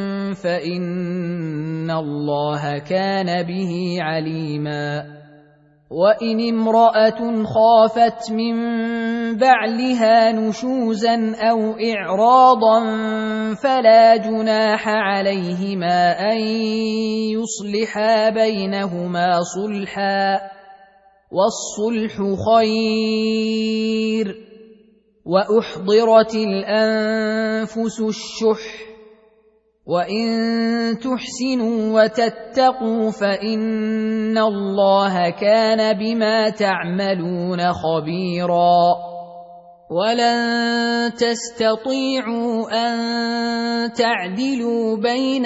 فإن الله كان به عليما وإن امرأة خافت من بعلها نشوزا أو إعراضا فلا جناح عليهما أن يصلحا بينهما صلحا والصلح خير وأحضرت الأنفس الشح وإن تحسنوا وتتقوا فإن الله كان بما تعملون خبيرا ولن تستطيعوا أن تعدلوا بين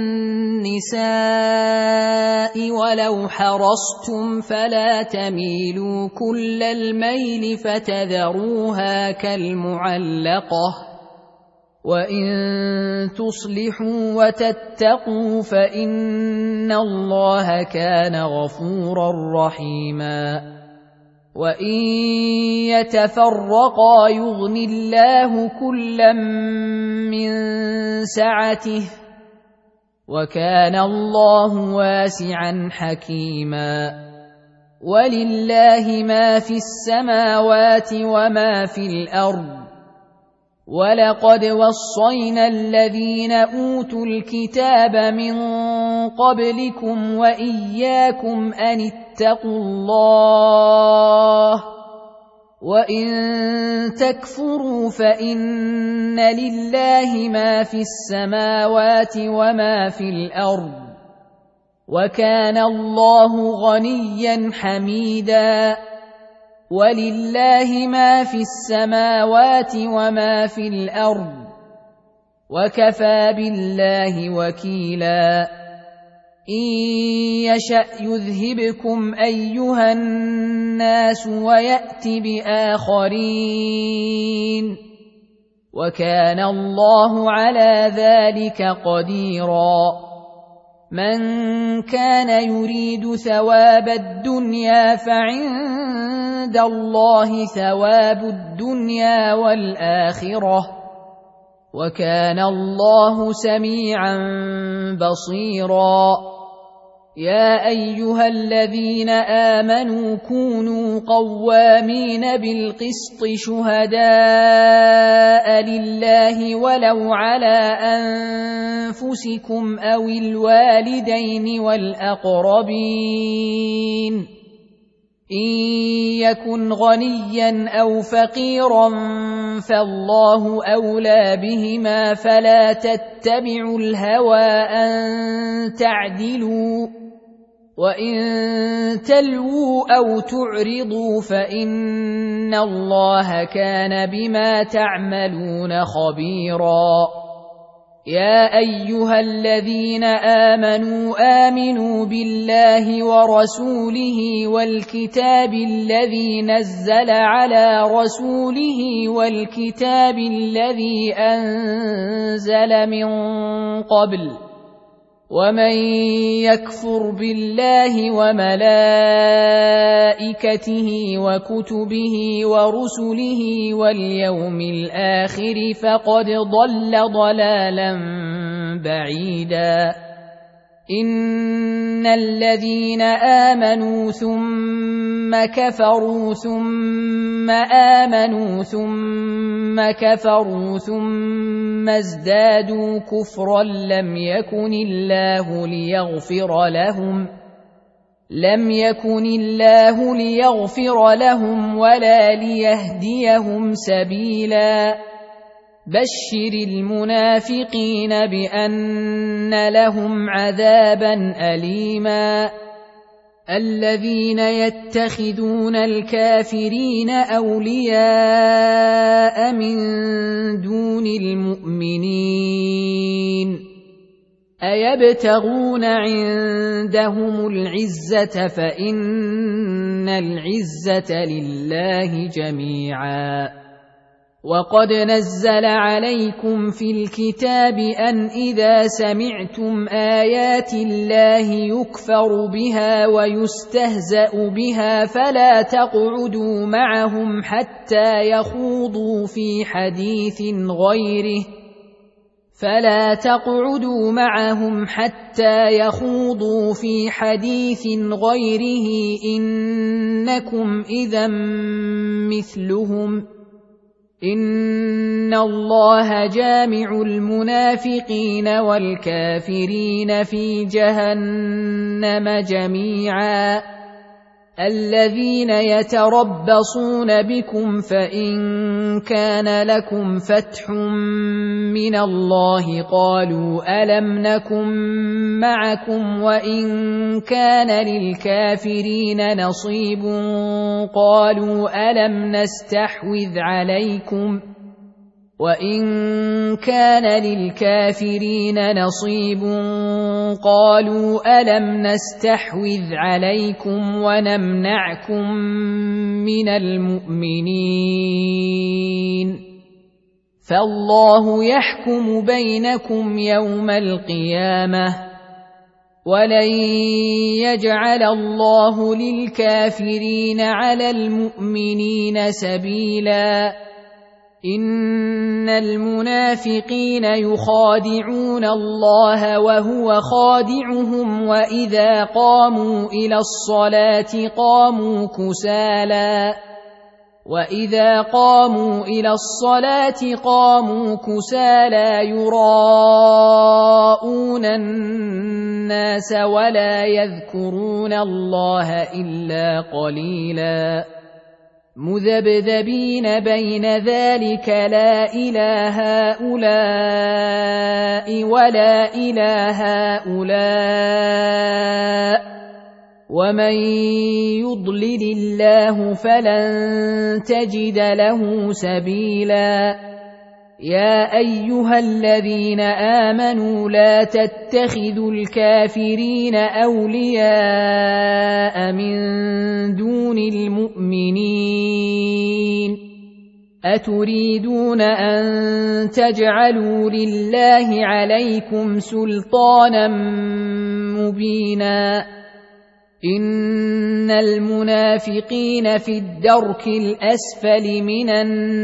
النساء ولو حرصتم فلا تميلوا كل الميل فتذروها كالمعلقة وإن تصلحوا وتتقوا فإن الله كان غفورا رحيما وإن يتفرقا يغن الله كلا من سعته وكان الله واسعا حكيما ولله ما في السماوات وما في الأرض ولقد وصينا الذين أوتوا الكتاب من قبلكم وإياكم أن اتقوا الله وإن تكفروا فإن لله ما في السماوات وما في الأرض وكان الله غنيا حميدا ولله ما في السماوات وما في الأرض وكفى بالله وكيلا إن يشأ يذهبكم أيها الناس ويأت بآخرين وكان الله على ذلك قديرا من كان يريد ثواب الدنيا فعند الله ثواب الدنيا والآخرة وكان الله سميعا بصيرا يا أيها الذين آمنوا كونوا قوامين بالقسط شهداء لله ولو على أنفسكم أو الوالدين والأقربين إن يكن غنيا أو فقيرا فالله أولى بهما فلا تتبعوا الهوى أن تعدلوا وإن تلووا أو تعرضوا فإن الله كان بما تعملون خبيرا يا أيها الذين آمنوا بالله ورسوله والكتاب الذي نزل على رسوله والكتاب الذي أنزل من قبل ومن يكفر بالله وملائكته وكتبه ورسله واليوم الآخر فقد ضل ضلالا بعيدا إن الذين آمنوا ثم كفروا ثم آمنوا ثم كفروا ثم ازدادوا كفرا لم يكن الله ليغفر لهم ولا ليهديهم سبيلا بشر المنافقين بأن لهم عذابا أليما الذين يتخذون الكافرين أولياء من دون المؤمنين أيبتغون عندهم العزة فإن العزة لله جميعا وقد نزل عليكم في الكتاب أن إذا سمعتم آيات الله يكفر بها ويستهزأ بها فلا تقعدوا معهم حتى يخوضوا في حديث غيره إنكم إذا مثلهم إن الله جامع المنافقين والكافرين في جهنم جميعا الذين يتربصون بكم فإن كان لكم فتح من الله قالوا ألم نكن معكم وإن كان للكافرين نصيب قالوا ألم نستحوذ عليكم وإن كان للكافرين نصيب قالوا ألم نستحوذ عليكم ونمنعكم من المؤمنين فالله يحكم بينكم يوم القيامة ولن يجعل الله للكافرين على المؤمنين سبيلا إن المنافقين يخادعون الله وهو خادعهم وإذا قاموا إلى الصلاة قاموا كسالى يراءون الناس ولا يذكرون الله إلا قليلا مذبذبين بين ذلك لا إلى هؤلاء ولا إلى هؤلاء ومن يضلل الله فلن تجد له سبيلا يا أيها الذين آمنوا لا تتخذوا الكافرين أولياء من دون المؤمنين أتريدون أن تجعلوا لله عليكم سلطانا مبينا إن المنافقين في الدرك الأسفل من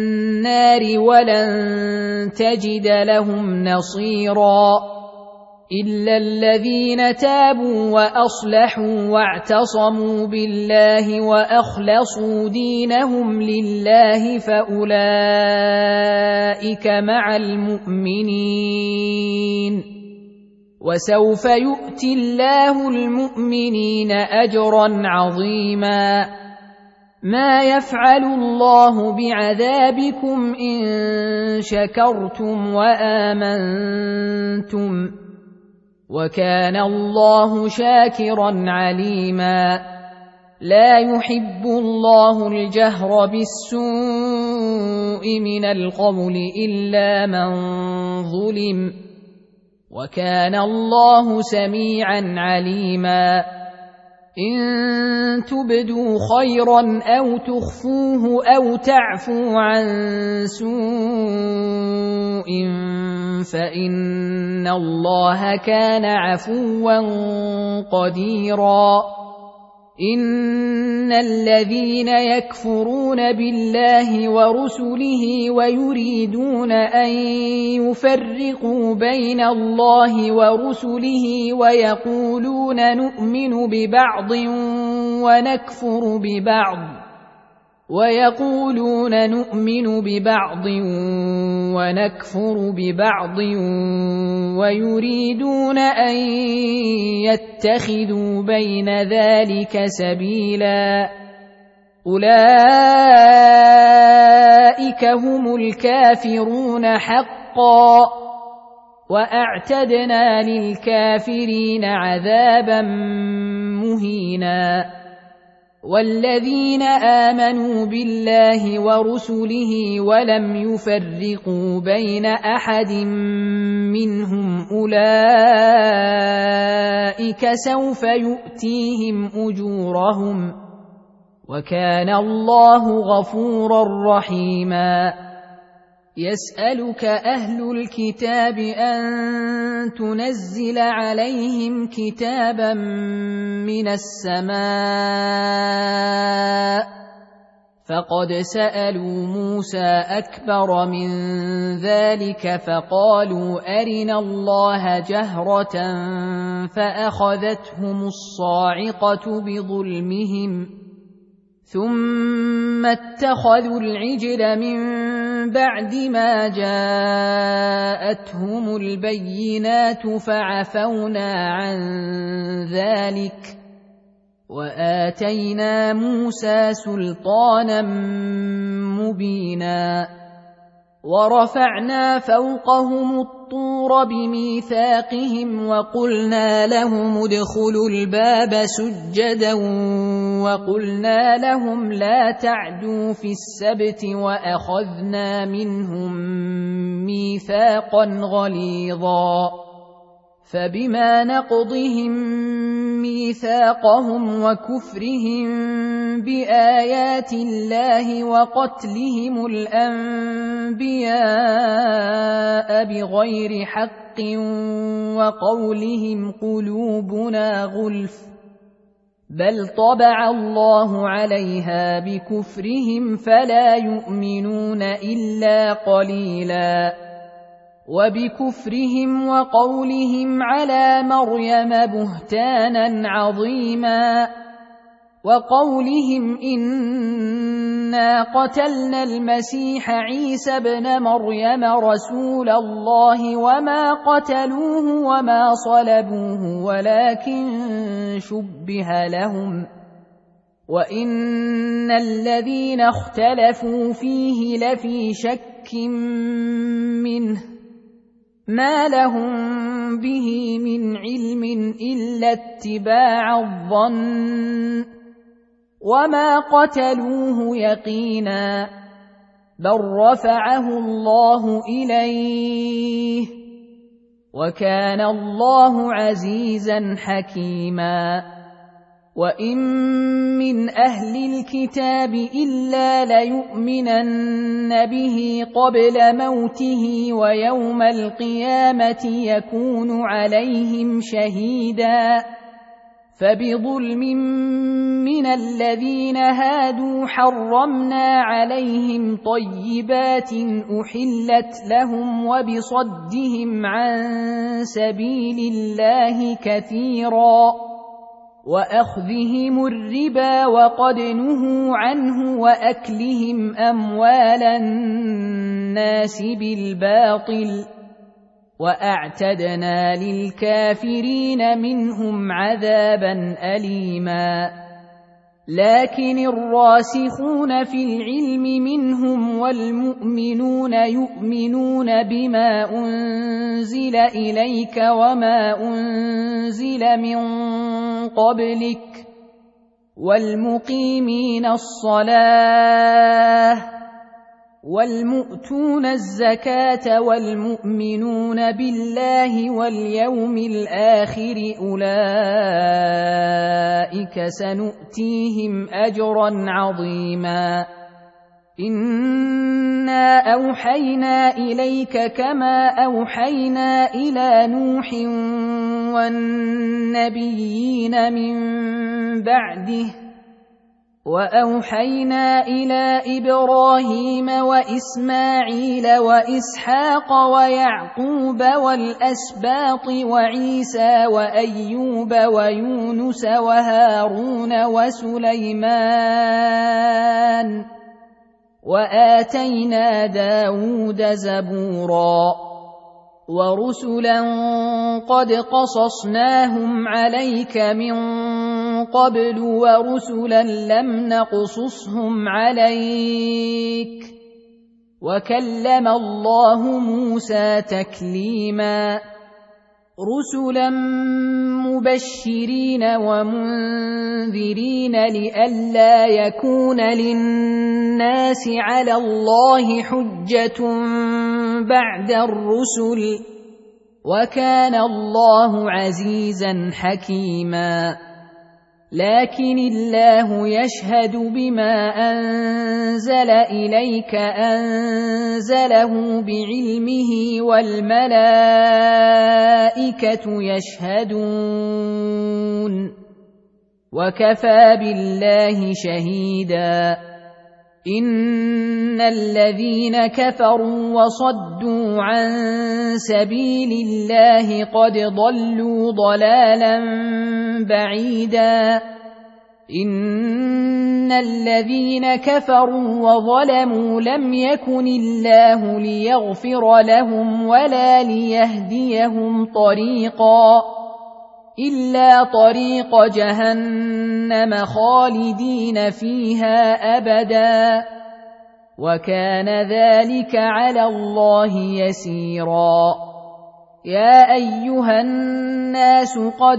النار ولن تجد لهم نصيرا إلا الذين تابوا وأصلحوا واعتصموا بالله وأخلصوا دينهم لله فأولئك مع المؤمنين، وسوف يؤتي الله المؤمنين أجرا عظيما. ما يفعل الله بعذابكم إن شكرتم وآمنتم، وكان الله شاكرا عليما. لا يحب الله الجهر بالسوء من القول إلا من ظلم، وكان الله سميعا عليما. إن تبدوا خيرا أو تخفوه أو تعفوا عن سوء فإن الله كان عفوا قديرا. إن الذين يكفرون بالله ورسله ويريدون أن يفرقوا بين الله ورسله ويقولون نؤمن ببعض ونكفر ببعض ويريدون أن يتخذوا بين ذلك سبيلا، أولئك هم الكافرون حقا، وأعتدنا للكافرين عذابا مهينا. والذين آمنوا بالله ورسله ولم يفرقوا بين أحد منهم أولئك سوف يؤتيهم أجورهم، وكان الله غفورا رحيما. يسألك أهل الكتاب أن تنزل عليهم كتابا من السماء، فقد سألوا موسى أكبر من ذلك فقالوا أرنا الله جهرة فأخذتهم الصاعقة بظلمهم، ثم اتخذوا العجل من بعد ما جاءتهم البينات فعفونا عن ذلك، وآتينا موسى سلطانا مبينا. ورفعنا فوقهم الطور بميثاقهم وقلنا لهم ادخلوا الباب سجدا وقلنا لهم لا تعدوا في السبت وأخذنا منهم ميثاقا غليظا. فبما نقضهم ميثاقهم وكفرهم بآيات الله وقتلهم الأنبياء بغير حق وقولهم قلوبنا غلف، بل طبع الله عليها بكفرهم فلا يؤمنون إلا قليلا. وبكفرهم وقولهم على مريم بهتانا عظيما، وقولهم إنا قتلنا المسيح عيسى ابن مريم رسول الله وما قتلوه وما صلبوه ولكن شبه لهم، وإن الذين اختلفوا فيه لفي شك منه، ما لهم به من علم إلا اتباع الظن، وما قتلوه يقينا، بل رفعه الله إليه، وكان الله عزيزا حكيما. وإن من أهل الكتاب إلا ليؤمنن به قبل موته ويوم القيامة يكون عليهم شهيدا، فبظلم من الذين هادوا حرمنا عليهم طيبات أحلت لهم وبصدهم عن سبيل الله كثيرا وأخذهم الربا وقد نهوا عنه وأكلهم أموال الناس بالباطل وأعتدنا للكافرين منهم عذابا أليما لكن الراسخون في العلم منهم والمؤمنون يؤمنون بما أنزل إليك وما أنزل من قبلك والمقيمين الصلاة والمؤتون الزكاة والمؤمنون بالله واليوم الآخر أولئك سنؤتيهم أجرا عظيما إنا أوحينا إليك كما أوحينا إلى نوح والنبيين من بعده وأوحينا إلى إبراهيم وإسماعيل وإسحاق ويعقوب والأسباط وعيسى وأيوب ويونس وهارون وسليمان وآتينا داود زبورا ورسلا قد قصصناهم عليك من قبل ورسلا لم نقصصهم عليك وكلم الله موسى تكليما رسلا مبشرين ومنذرين لئلا يكون للناس على الله حجة بعد الرسل وكان الله عزيزا حكيما لكن الله يشهد بما أنزل إليك أنزله بعلمه والملائكة يشهدون وكفى بالله شهيدا إن الذين كفروا وصدوا عن سبيل الله قد ضلوا ضلالا بعيدا إن الذين كفروا وظلموا لم يكن الله ليغفر لهم ولا ليهديهم طريقا إلا طريق جهنم خالدين فيها أبدا وكان ذلك على الله يسيرا يا أيها الناس قد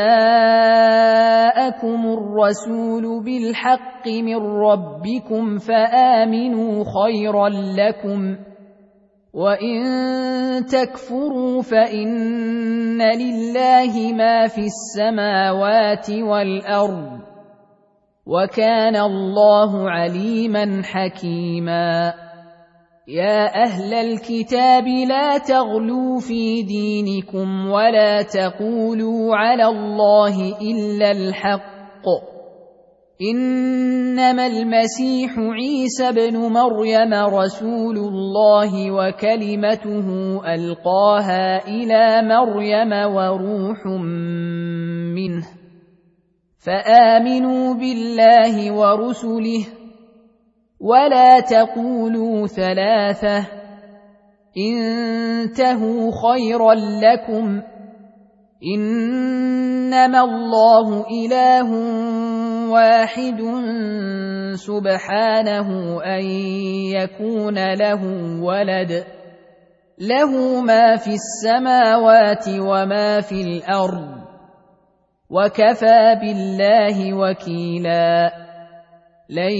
جاءكم الرسول بالحق من ربكم فآمنوا خيرا لكم وإن تكفروا فإن لله ما في السماوات والأرض وكان الله عليما حكيما يا أهل الكتاب لا تغلوا في دينكم ولا تقولوا على الله إلا الحق إنما المسيح عيسى ابن مريم رسول الله وكلمته ألقاها إلى مريم وروح منه فآمنوا بالله ورسله ولا تقولوا ثلاثة انتهوا خيرا لكم إنما الله إله واحد سبحانه أن يكون له ولد له ما في السماوات وما في الأرض وكفى بالله وكيلا لن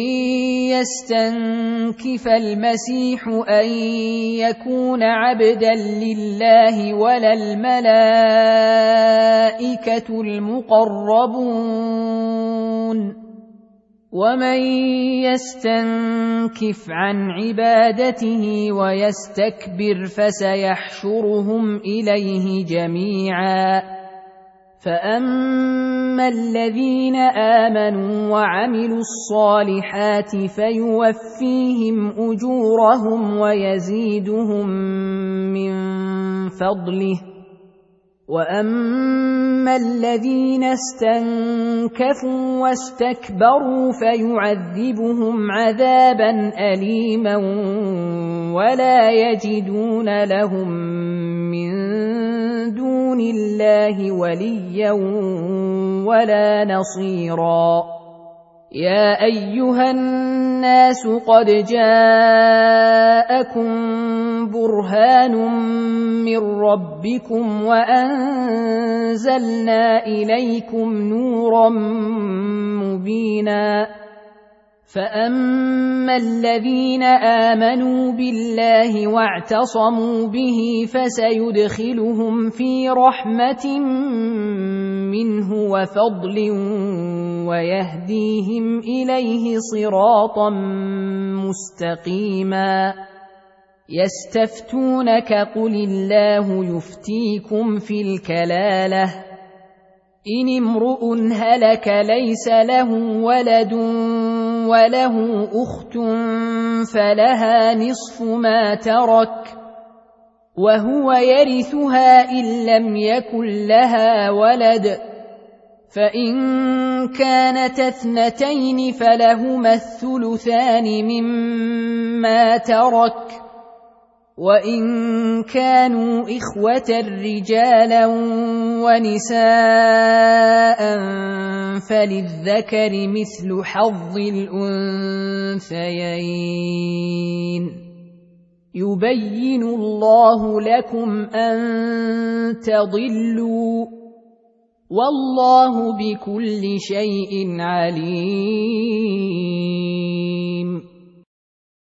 يستنكف المسيح أن يكون عبدا لله ولا الملائكة المقربون ومن يستنكف عن عبادته ويستكبر فسيحشرهم إليه جميعا فأما الذين آمنوا وعملوا الصالحات فيوفيهم أجورهم ويزيدهم من فضله، وأما الذين استنكفوا واستكبروا فيعذبهم عذابا أليما ولا يجدون لهم من دون الله وليا ولا نصيرا. يا أيها الناس قد جاءكم برهان من ربكم وأنزلنا إليكم نورا مبينا. فأما الذين آمنوا بالله واعتصموا به فسيدخلهم في رحمة منه وفضل ويهديهم إليه صراطا مستقيما. يستفتونك قل الله يفتيكم في الكلالة إن امرؤ هلك ليس له ولد وله أخت فلها نصف ما ترك وهو يرثها إن لم يكن لها ولد، فإن كانت اثنتين فلهما الثلثان مما ترك، وإن كانوا إخوة رجالا ونساء فللذكر مثل حظ الأنثيين. يبين الله لكم أن تضلوا والله بكل شيء عليم.